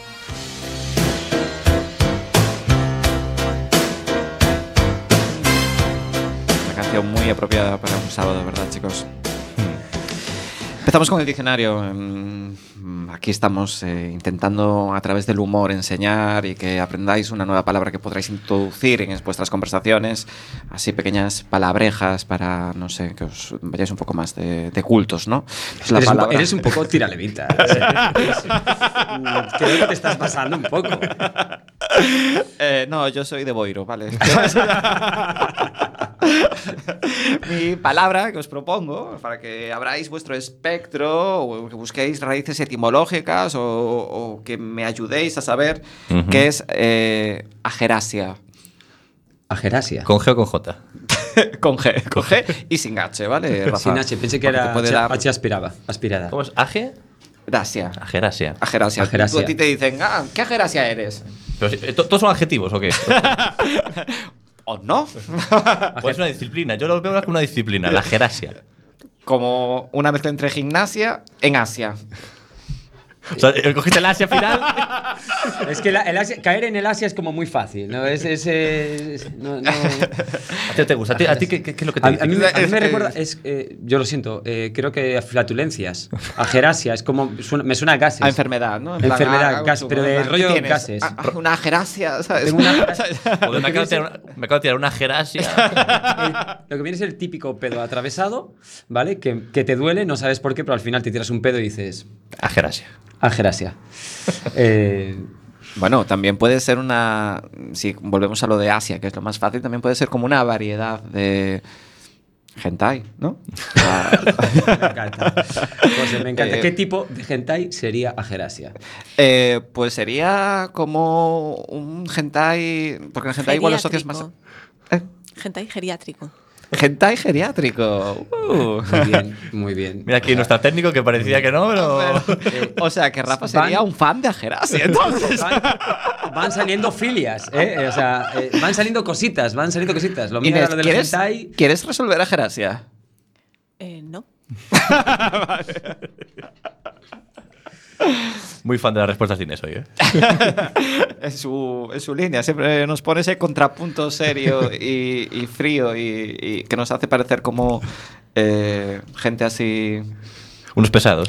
Una canción muy apropiada para un sábado, ¿verdad, chicos? Empezamos con el diccionario. Aquí estamos intentando a través del humor enseñar y que aprendáis una nueva palabra que podráis introducir en vuestras conversaciones. Así pequeñas palabrejas para, no sé, que os vayáis un poco más de cultos, ¿no? Eres un poco tiralevita. Creo que te estás pasando un poco. No, yo soy de Boiro, ¿vale? Mi palabra que os propongo para que abráis vuestro espectro o que busquéis raíces etimológicas o que me ayudéis a saber qué es agerasia. ¿Agerasia? ¿Con G o con J? Con G y sin H, ¿vale, Rafa? Sin H, pensé que era H aspirada. ¿Cómo es? ¿Aje? Gracia. Agerasia. Agerasia. Agerasia. Tú a ti te dicen, ¿qué agerasia eres? Pero, ¿todos son adjetivos o qué? ¿O no? Pues es una disciplina. Yo lo veo como una disciplina, la agerasia. Como una mezcla entre gimnasia en Asia. O sea, cogiste el Asia final. Es que el Asia, caer en el Asia es como muy fácil, ¿no? No. ¿A ti te gusta? ¿A ti qué es lo que te dice? A mí me recuerda, yo lo siento, creo que flatulencias. Agerasia, es como, me suena a gases. A enfermedad, ¿no? En plan, enfermedad, gas, pero de rollo gases. Una agerasia, ¿sabes? Tengo una me acabo de tirar una agerasia. Lo que viene es el típico pedo atravesado, ¿vale? Que te duele, no sabes por qué, pero al final te tiras un pedo y dices... Agerasia. Agerasia. Bueno, también puede ser una... Si volvemos a lo de Asia, que es lo más fácil, también puede ser como una variedad de... hentai, ¿no? Me encanta. Pues me encanta. ¿Qué tipo de hentai sería agerasia? Pues sería como un hentai... Porque en el hentai igual lo asocias más... Hentai geriátrico. Hentai geriátrico. Muy bien, muy bien. Mira aquí nuestro técnico que parecía que no, pero... O sea, que Rafa sería un fan de agerasia, entonces. Van saliendo filias, ¿eh? O sea, van saliendo cositas. Lo mío era lo del hentai. ¿Quieres resolver agerasia? No. Vale. Muy fan de las respuestas de Inés hoy, ¿eh? Es su línea. Siempre nos pone ese contrapunto serio y frío y que nos hace parecer como gente así... Unos pesados.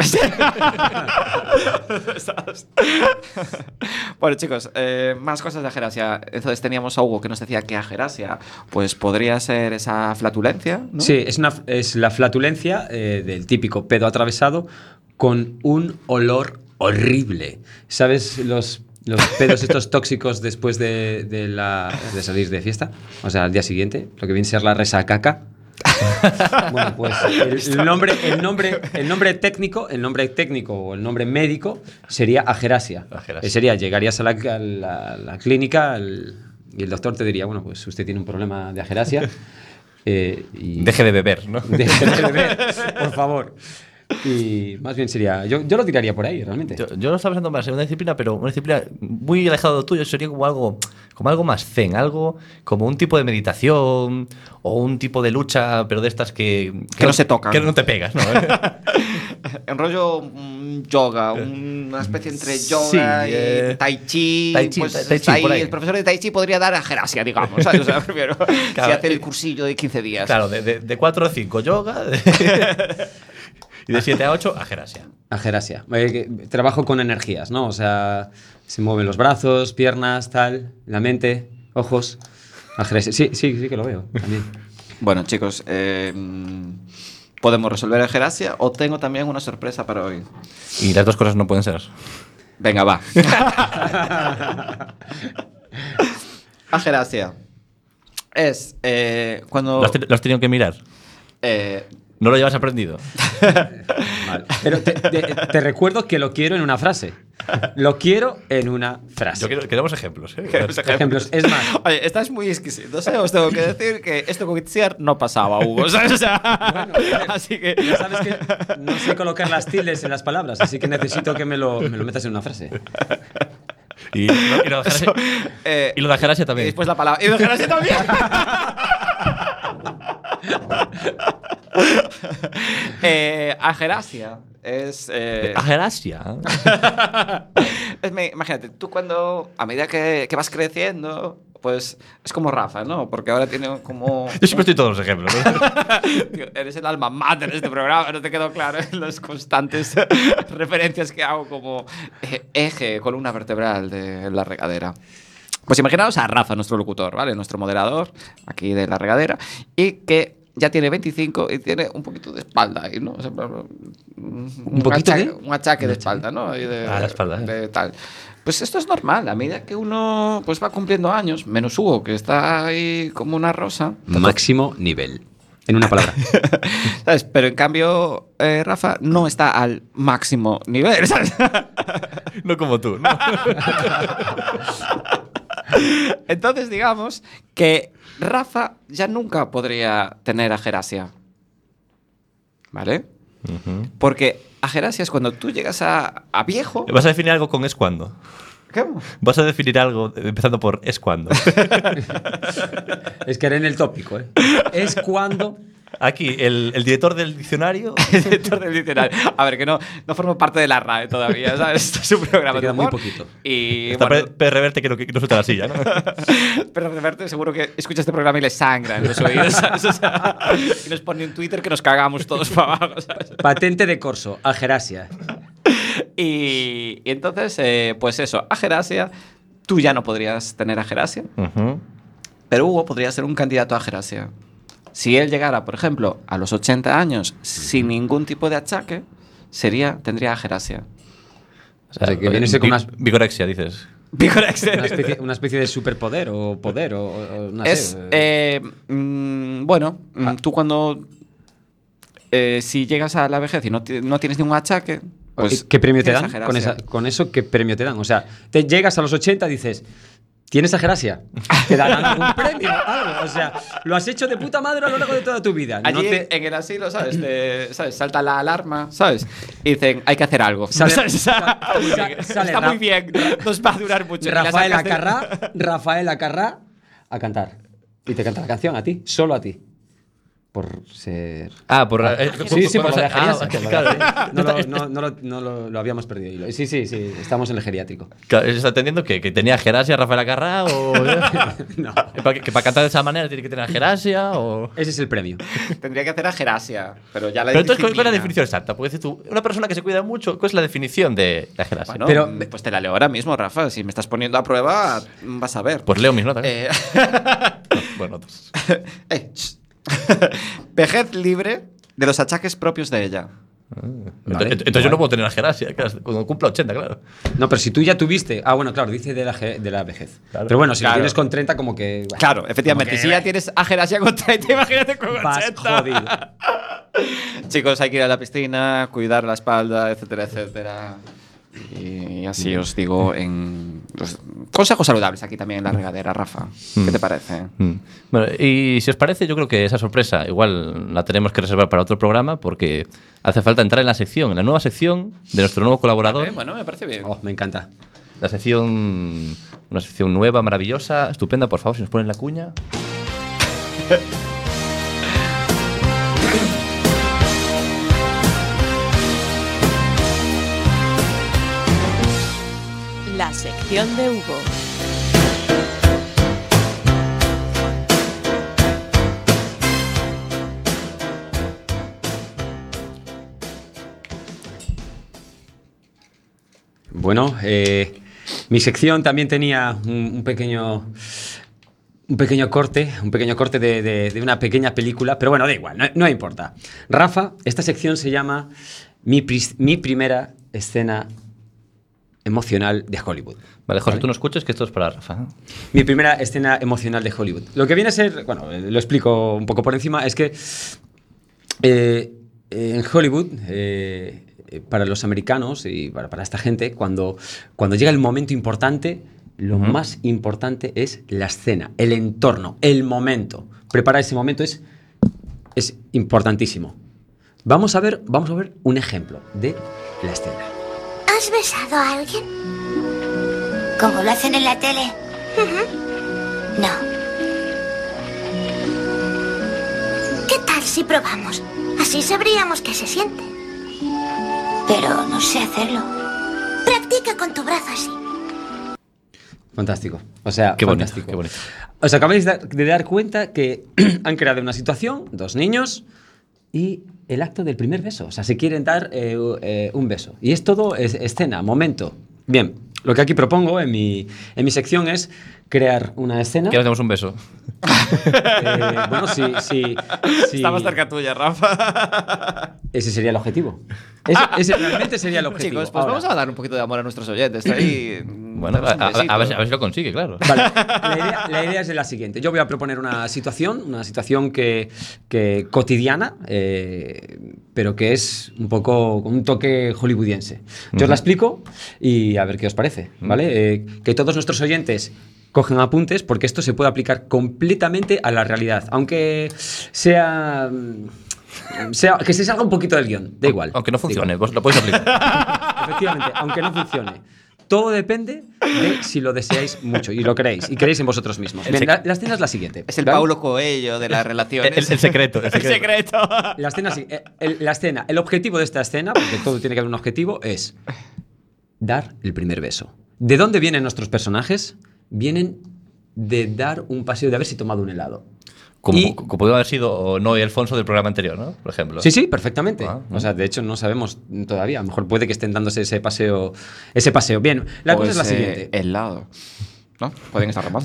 Bueno, chicos, más cosas de agerasia. Entonces teníamos a Hugo que nos decía que agerasia pues podría ser esa flatulencia, ¿no? Sí, es la flatulencia del típico pedo atravesado con un olor horrible. ¿Sabes los pedos estos tóxicos después de salir de fiesta? O sea, al día siguiente, lo que viene a ser la resacaca. Bueno, pues el nombre técnico o el nombre médico sería agerasia. Sería, llegarías a la clínica y el doctor te diría, bueno, pues usted tiene un problema de agerasia. Y deje de beber, ¿no? Deje de beber, por favor. Y más bien sería... Yo lo tiraría por ahí, realmente. Yo lo estaba pensando más en una disciplina, pero una disciplina muy alejada de lo tuyo. Sería como algo más zen, algo como un tipo de meditación o un tipo de lucha, pero de estas que no se tocan. Que no te pegas, ¿no? En rollo yoga, una especie entre yoga y tai chi. Pues tai chi por ahí. El profesor de tai chi podría dar agerasia, digamos, ¿sabes? O sea, primero, claro, si hace el cursillo de 15 días. Claro, de 4 a 5 yoga... Y de 7 a 8, agerasia. Agerasia. Trabajo con energías, ¿no? O sea, se mueven los brazos, piernas, tal, la mente, ojos. Agerasia. Sí que lo veo también. Bueno, chicos, podemos resolver agerasia o tengo también una sorpresa para hoy. Y las dos cosas no pueden ser. Venga, va. Agerasia. Es cuando... ¿Lo has tenido que mirar? ¿No lo llevas aprendido? Vale. Pero te recuerdo que lo quiero en una frase. Lo quiero en una frase. Queremos ejemplos. Ejemplos. Es más. Oye, esta es muy exquisito. O sea, os tengo que decir que esto con Itziar no pasaba, Hugo. ¿Sabes? O sea, Bueno, así que. ya sabes que no sé colocar las tildes en las palabras, así que necesito que me lo metas en una frase. Y lo de Gerasia también. Y después la palabra. Y lo de Gerasia también. Agerasia es. Agerasia. Imagínate, tú cuando. A medida que vas creciendo. Pues es como Rafa, ¿no? Porque ahora tiene como. Yo siempre estoy todos los ejemplos. Tío, eres el alma mater de este programa, no te quedó claro en las constantes referencias que hago como eje, columna vertebral de La Regadera. Pues imaginaos a Rafa, nuestro locutor, ¿vale? Nuestro moderador aquí de La Regadera, y que ya tiene 25 y tiene un poquito de espalda ahí, ¿no? O sea, un achaque de espalda, ¿no? La espalda. De tal. Pues esto es normal, a medida que uno pues va cumpliendo años, menos Hugo, que está ahí como una rosa. Máximo nivel. En una palabra. ¿Sabes? Pero en cambio, Rafa no está al máximo nivel, ¿sabes? No como tú, ¿no? Entonces, digamos que Rafa ya nunca podría tener agerasia. ¿Vale? Porque agerasia es cuando tú llegas a viejo. ¿Vas a definir algo con es cuando? ¿Cómo? ¿Vas a definir algo empezando por es cuando? Es que era en el tópico, ¿eh? Es cuando. Aquí, el director del diccionario. El director del diccionario. A ver, que no formo parte de la RAE todavía, ¿sabes? Esto es un programa Te queda de humor. muy poquito. Y Está bueno, Reverte que no suelta la silla, ¿no? pero Reverte seguro que escucha este programa y le sangra en los oídos, ¿sabes? O sea, y nos pone en Twitter que nos cagamos todos para abajo, ¿sabes? Patente de corso, agerasia. Y entonces, pues eso, agerasia. Tú ya no podrías tener agerasia. Pero Hugo podría ser un candidato a agerasia. Si él llegara, por ejemplo, a los 80 años sin ningún tipo de achaque, tendría agerasia. O sea, que viene con unas vigorexia, dices. Vigorexia. Una especie de superpoder o poder o no es, sé. Bueno, tú cuando si llegas a la vejez y no tienes ningún achaque, pues ¿qué premio te dan? Agerasia. Con eso, ¿qué premio te dan? O sea, te llegas a los 80 y dices, ¿tienes agerasia? Te dan algún premio, algo. O sea, lo has hecho de puta madre a lo largo de toda tu vida. Allí en el asilo, ¿sabes? ¿Sabes? Salta la alarma, ¿sabes? Y dicen, hay que hacer algo. Está muy bien, nos va a durar mucho. Rafael Acarrá a cantar. Y te canta la canción a ti, solo a ti. Por ser. Por sí, por lo de geriátrico. Claro. No lo habíamos perdido. Sí, estamos en el geriátrico. ¿Está entendiendo que tenía gerasia Rafael Acarrá o No. que para cantar de esa manera tiene que tener gerasia o Ese es el premio. Tendría que hacer agerasia, pero ya la Pero entonces, ¿cuál es la definición exacta? Porque dices tú, una persona que se cuida mucho, ¿cuál es la definición de la gerasia? Bueno, pero pues te la leo ahora mismo, Rafa. Si me estás poniendo a prueba, vas a ver. Pues leo mis notas. Bueno, notas. Vejez libre de los achaques propios de ella. Vale, entonces yo no puedo tener agerasia, claro, cuando cumpla 80, claro. No, pero si tú ya tuviste. Bueno, claro, dice de la vejez. Claro. Pero bueno, si lo tienes con 30, como que. Bueno, claro, efectivamente. Si ya tienes agerasia con 30, imagínate con 80. Vas jodido. Chicos, hay que ir a la piscina, cuidar la espalda, etcétera, etcétera. Y así os digo en los consejos saludables aquí también en La Regadera, Rafa. ¿Qué te parece? Bueno, y si os parece, yo creo que esa sorpresa igual la tenemos que reservar para otro programa porque hace falta entrar en la nueva sección de nuestro nuevo colaborador. Bueno, me parece bien. Me encanta. Una sección nueva, maravillosa, estupenda. Por favor, si nos ponen la cuña. La sección de Hugo. Bueno, mi sección también tenía un pequeño corte de una pequeña película, pero bueno, da igual, no importa. Rafa, esta sección se llama Mi primera escena emocional de Hollywood. Vale, José, tú no escuches que esto es para Rafa. Mi primera escena emocional de Hollywood. Lo que viene a ser, bueno, lo explico un poco por encima, es que en Hollywood para los americanos y para esta gente, cuando llega el momento importante, lo más importante es la escena, el entorno, el momento. Preparar ese momento es importantísimo. Vamos a ver un ejemplo de la escena. ¿Has besado a alguien? ¿Como lo hacen en la tele? No. ¿Qué tal si probamos? Así sabríamos qué se siente. Pero no sé hacerlo. Practica con tu brazo así. Fantástico. O sea, qué fantástico. Bonito, qué bonito. Os acabáis de dar cuenta que han creado una situación, 2 niños, y el acto del primer beso. O sea, se quieren dar un beso. Y es todo escena, momento. Bien, lo que aquí propongo en mi sección es crear una escena. Que hacemos un beso. Bueno, sí. Estamos cerca tuya, Rafa. Ese sería el objetivo. Ese realmente sería el objetivo. Chicos, pues vamos a dar un poquito de amor a nuestros oyentes. Ahí, bueno, a ver si lo consigue, claro. Vale, la idea es la siguiente. Yo voy a proponer una situación que cotidiana, pero que es un poco con un toque hollywoodiense. Yo os la explico y a ver qué os parece, ¿vale? Que todos nuestros oyentes cogen apuntes, porque esto se puede aplicar completamente a la realidad, aunque sea que se salga un poquito del guión, da igual. Aunque no funcione, vos lo podéis aplicar. Efectivamente, aunque no funcione. Todo depende de si lo deseáis mucho y lo queréis, y creéis en vosotros mismos. Bien, la escena es la siguiente. Es el Paulo Coelho de las relaciones. El secreto. La escena, el objetivo de esta escena, porque todo tiene que haber un objetivo, es dar el primer beso. ¿De dónde vienen nuestros personajes? Vienen de dar un paseo, de haberse tomado un helado. Como pudo haber sido Noé Alfonso del programa anterior, ¿no? Por ejemplo. Sí, perfectamente. O sea, de hecho, no sabemos todavía. A lo mejor puede que estén dándose ese paseo. Bien, la cosa es la siguiente. Helado. ¿No? Pueden estar remando.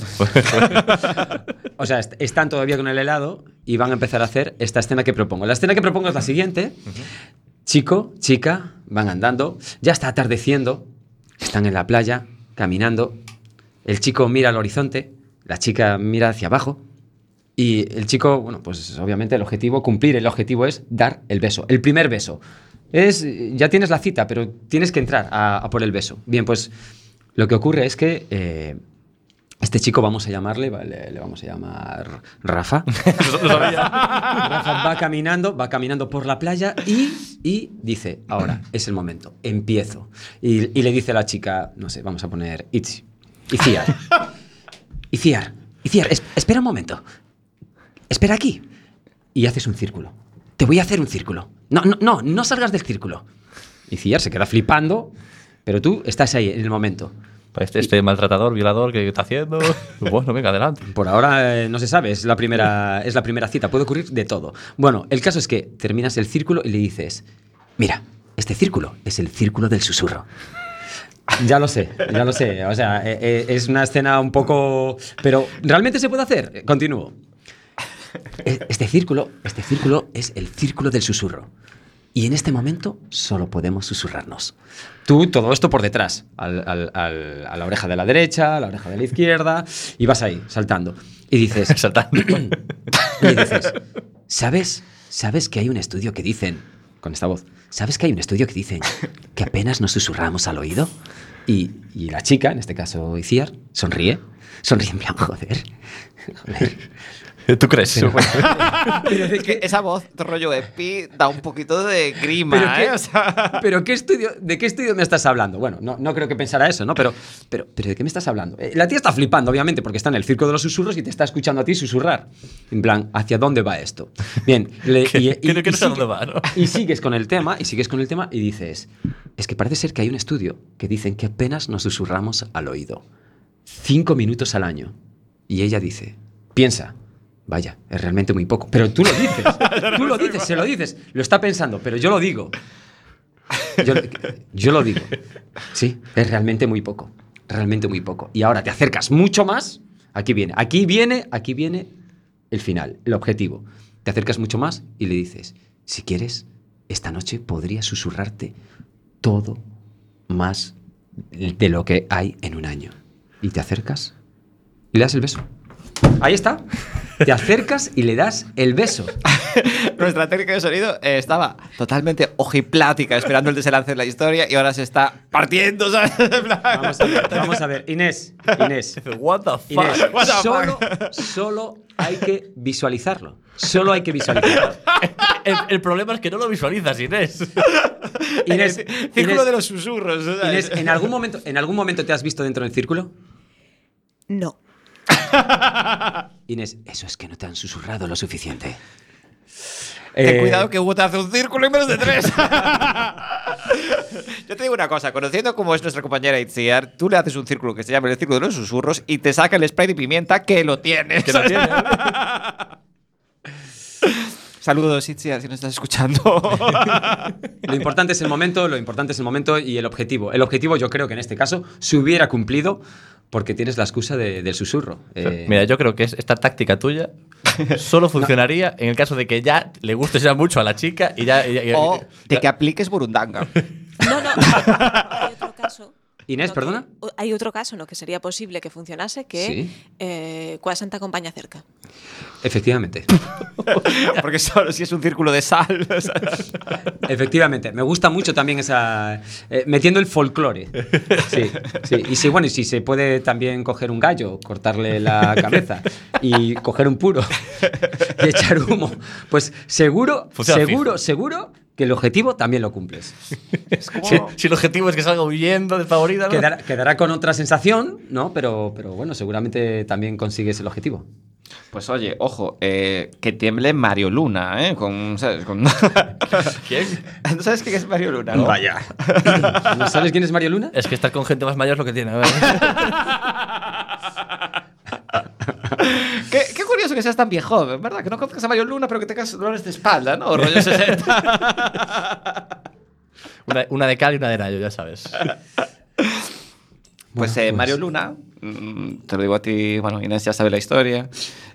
O sea, están todavía con el helado y van a empezar a hacer esta escena que propongo. La escena que propongo es la siguiente. Chico, chica, van andando. Ya está atardeciendo. Están en la playa, caminando. El chico mira al horizonte. La chica mira hacia abajo. Y el chico, bueno, pues obviamente cumplir el objetivo es dar el beso, el primer beso. Ya tienes la cita, pero tienes que entrar a por el beso. Bien, pues lo que ocurre es que este chico vamos a llamarle, le vamos a llamar Rafa. Rafa va caminando por la playa y dice, ahora es el momento, empiezo. Y le dice a la chica, no sé, vamos a poner Iciar, espera un momento. Espera aquí. Y haces un círculo. Te voy a hacer un círculo. No salgas del círculo. Y Ciar se queda flipando, pero tú estás ahí en el momento. Este maltratador, violador, ¿qué está haciendo? Bueno, venga, adelante. Por ahora no se sabe, es la primera cita, puede ocurrir de todo. Bueno, el caso es que terminas el círculo y le dices, mira, este círculo es el círculo del susurro. Ya lo sé. O sea, es una escena un poco... Pero ¿realmente se puede hacer? Continúo. Este círculo es el círculo del susurro. Y en este momento solo podemos susurrarnos. Tú, todo esto por detrás, a la oreja de la derecha, a la oreja de la izquierda, y vas ahí, saltando. Y dices... saltando. Y dices, ¿sabes que hay un estudio que dicen, con esta voz, ¿sabes que hay un estudio que dicen que apenas nos susurramos al oído? Y la chica, en este caso Iciar, sonríe en plan, joder. ¿Tú crees? Pero es que esa voz rollo Epi da un poquito de grima, ¿Pero ¿Pero de qué estudio me estás hablando? Bueno, no creo que pensara eso, ¿no? Pero ¿de qué me estás hablando? La tía está flipando, obviamente, porque está en el circo de los susurros y te está escuchando a ti susurrar. En plan, ¿hacia dónde va esto? Bien. Y sigues con el tema, y dices, es que parece ser que hay un estudio que dicen que apenas nos susurramos al oído. 5 minutos al año. Y ella dice, piensa, vaya, es realmente muy poco. Pero tú lo dices, se lo dices. Lo está pensando, pero yo lo digo. Yo lo digo. Sí, es realmente muy poco. Realmente muy poco. Y ahora te acercas mucho más. Aquí viene el final, el objetivo. Te acercas mucho más y le dices, si quieres, esta noche podría susurrarte todo más de lo que hay en un año. Y te acercas y le das el beso. Ahí está. Te acercas y le das el beso. Nuestra técnica de sonido estaba totalmente ojiplática esperando el desenlace de la historia y ahora se está partiendo, ¿sabes? Vamos a ver. Inés. What the fuck? Inés, What the solo hay que visualizarlo. Solo hay que visualizarlo. El problema es que no lo visualizas, Inés. Inés, Círculo de los susurros. ¿Sabes? Inés, ¿en algún momento te has visto dentro del círculo? No. Inés, eso es que no te han susurrado lo suficiente. Ten cuidado que Hugo te hace un círculo en menos de 3. Yo te digo una cosa, conociendo cómo es nuestra compañera Itziar, tú le haces un círculo que se llama el círculo de los susurros y te saca el spray de pimienta que lo tienes. Que lo tiene. Saludos, Itziar, si nos estás escuchando. Lo importante es el momento y el objetivo. El objetivo yo creo que en este caso se hubiera cumplido porque tienes la excusa del susurro. Mira, yo creo que esta táctica tuya solo funcionaría en el caso de que ya le gustes ya mucho a la chica y ya... O de que apliques burundanga. No, hay otro caso. Inés, perdona. Hay otro caso en lo que sería posible que funcionase, que Coa Santa acompaña cerca. Efectivamente. Porque solo si es un círculo de sal. Efectivamente. Me gusta mucho también esa... metiendo el folclore. Sí. Y si se puede también coger un gallo, cortarle la cabeza y coger un puro y echar humo, pues seguro que el objetivo también lo cumples. Es como... si el objetivo es que salga huyendo, despavorida, ¿no? Quedará con otra sensación, ¿no? Pero bueno, seguramente también consigues el objetivo. Pues oye, ojo, que tiemble Mario Luna, ¿sabes? ¿Quién? ¿No sabes quién es Mario Luna? ¿No? Vaya. ¿No sabes quién es Mario Luna? Es que estar con gente más mayor es lo que tiene. A ver. Qué curioso que seas tan viejo, ¿verdad? Que no conozcas a Mario Luna, pero que tengas dolores de espalda, ¿no? Rollo 60. Una de cal y una de rayo, ya sabes. Pues Mario Luna, te lo digo a ti, bueno, Inés ya sabe la historia.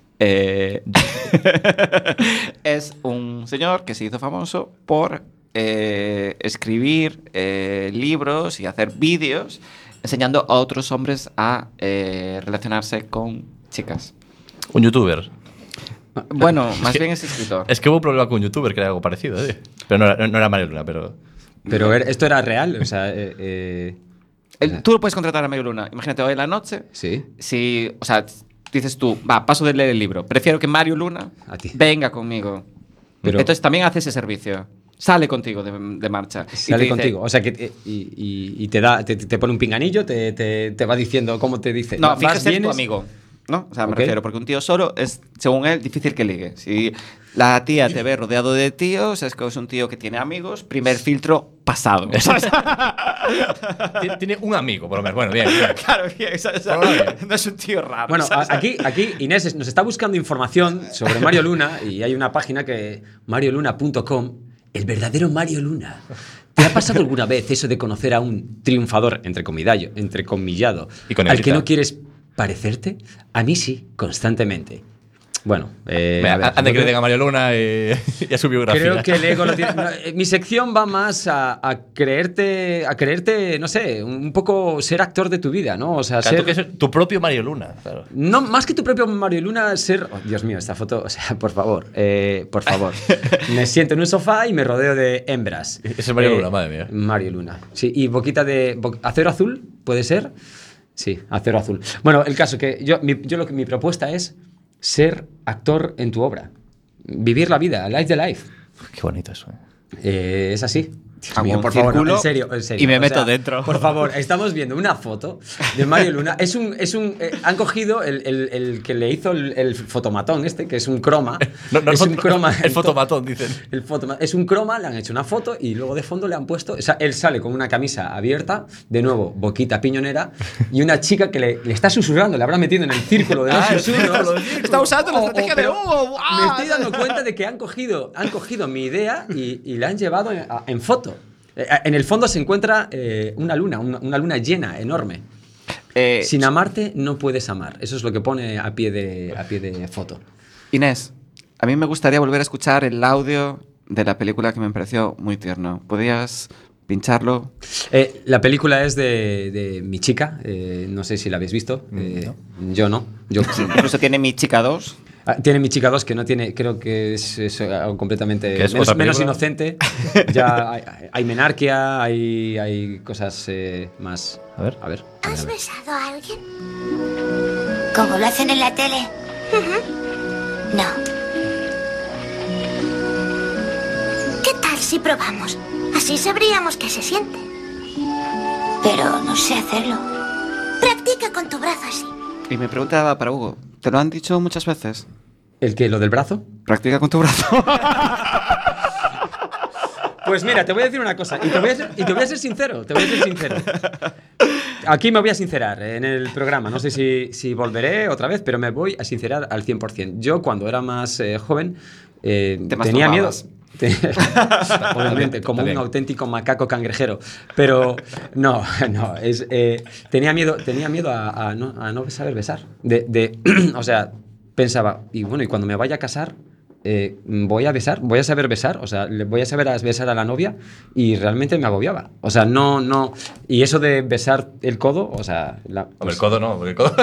Es un señor que se hizo famoso por escribir libros y hacer vídeos enseñando a otros hombres a relacionarse con chicas. Un youtuber. Bueno, más bien es escritor. Es que hubo un problema con un youtuber que era algo parecido, Pero no era Mario Luna, pero... Pero esto era real, o sea... Tú lo puedes contratar a Mario Luna. Imagínate, hoy en la noche. Sí. Si, o sea, dices tú, paso de leer el libro. Prefiero que Mario Luna venga conmigo. Pero entonces también hace ese servicio. Sale contigo de marcha. Sale contigo. O sea, que te pone un pinganillo, te va diciendo cómo te dice. No, fíjate ser tu amigo. ¿No? O sea, me refiero, porque un tío solo es, según él, difícil que ligue. Si la tía te ve rodeado de tíos, es que es un tío que tiene amigos, primer filtro pasado. Tiene un amigo, por lo menos. Bueno, bien. Claro, bien. No es un tío raro. Bueno, aquí Inés nos está buscando información sobre Mario Luna y hay una página que marioluna.com, el verdadero Mario Luna. ¿Te ha pasado alguna vez eso de conocer a un triunfador, entrecomillado, al que no quieres parecerte? A mí sí, constantemente. Bueno, antes que le diga a Mario Luna y a su biografía. Creo que el ego lo tiene. Mi sección va más a creerte, no sé, un poco ser actor de tu vida, ¿no? O sea, ser tu propio Mario Luna. Claro. No, más que tu propio Mario Luna, ser. Oh, Dios mío, esta foto, o sea, por favor. Me siento en un sofá y me rodeo de hembras. Es el Mario Luna, madre mía. Mario Luna. Sí, y boquita de acero azul, ¿puede ser? Sí, acero azul. Bueno, el caso que mi propuesta es ser actor en tu obra. Vivir la vida, live the life. Qué bonito eso. Es así. Dios mío, por favor, no, en serio. Y me meto dentro. Por favor, estamos viendo una foto de Mario Luna. Han cogido el que le hizo el fotomatón que es un croma. Un croma. El fotomatón, dicen. Es un croma, le han hecho una foto y luego de fondo le han puesto... O sea, él sale con una camisa abierta, de nuevo, boquita piñonera, y una chica que le está susurrando, le habrá metido en el círculo de los susurros. Está usando la estrategia de Hugo. Me estoy dando cuenta de que han cogido mi idea y la han llevado en foto. En el fondo se encuentra una luna llena, enorme. Sin amarte no puedes amar. Eso es lo que pone a pie de foto. Inés, a mí me gustaría volver a escuchar el audio de la película que me pareció muy tierno. ¿Podrías pincharlo? La película es de Mi Chica. No sé si la habéis visto. No. Yo no. Incluso tiene Mi Chica 2. Tiene Mi chica 2, que no tiene, creo que es algo completamente ¿Que es menos inocente. Ya hay menarquia, hay cosas más. A ver. ¿Has besado a alguien? ¿Como lo hacen en la tele? No. ¿Qué tal si probamos? Así sabríamos qué se siente. Pero no sé hacerlo. Practica con tu brazo así. Y mi pregunta va para Hugo. ¿Te lo han dicho muchas veces? ¿El qué? ¿Lo del brazo? Practica con tu brazo. Pues mira, te voy a decir una cosa. Y te voy a ser sincero. Aquí me voy a sincerar en el programa. No sé si volveré otra vez, pero me voy a sincerar al 100%. Yo, cuando era más joven, tenía miedo. Obviamente, como un auténtico macaco cangrejero. Pero no. Tenía miedo a no saber besar. O sea, pensaba, y cuando me vaya a casar, voy a saber besar, o sea, voy a saber besar a la novia, y realmente me agobiaba. O sea, no. Y eso de besar el codo, o sea. El codo no, porque el codo.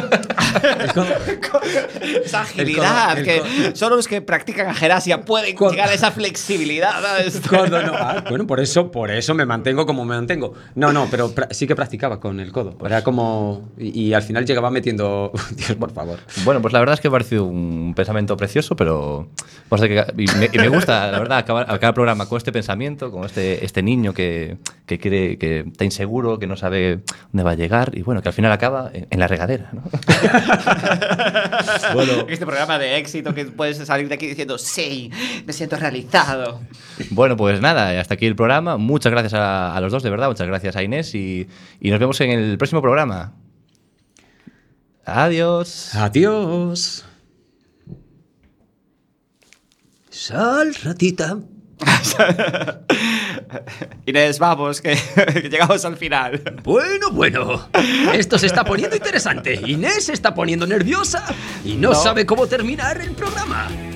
Esa agilidad, solo los que practican agerasia pueden llegar a esa flexibilidad. Codo no. Bueno, por eso me mantengo como me mantengo. No, pero sí que practicaba con el codo. Era como. Y al final llegaba metiendo. Dios, por favor. Bueno, pues la verdad es que me ha parecido un pensamiento precioso, pero. Y me gusta, la verdad, acabar el programa con este pensamiento, con este niño que quiere, que está inseguro, que no sabe dónde va a llegar, y bueno, que al final acaba en la regadera, ¿no? Bueno, este programa de éxito que puedes salir de aquí diciendo, sí, me siento realizado. Bueno, pues nada, hasta aquí el programa. Muchas gracias a los dos, de verdad, muchas gracias a Inés, y nos vemos en el próximo programa. Adiós. Adiós. Sal, ratita. Inés, vamos, que llegamos al final. Bueno. Esto se está poniendo interesante. Inés se está poniendo nerviosa y no sabe cómo terminar el programa.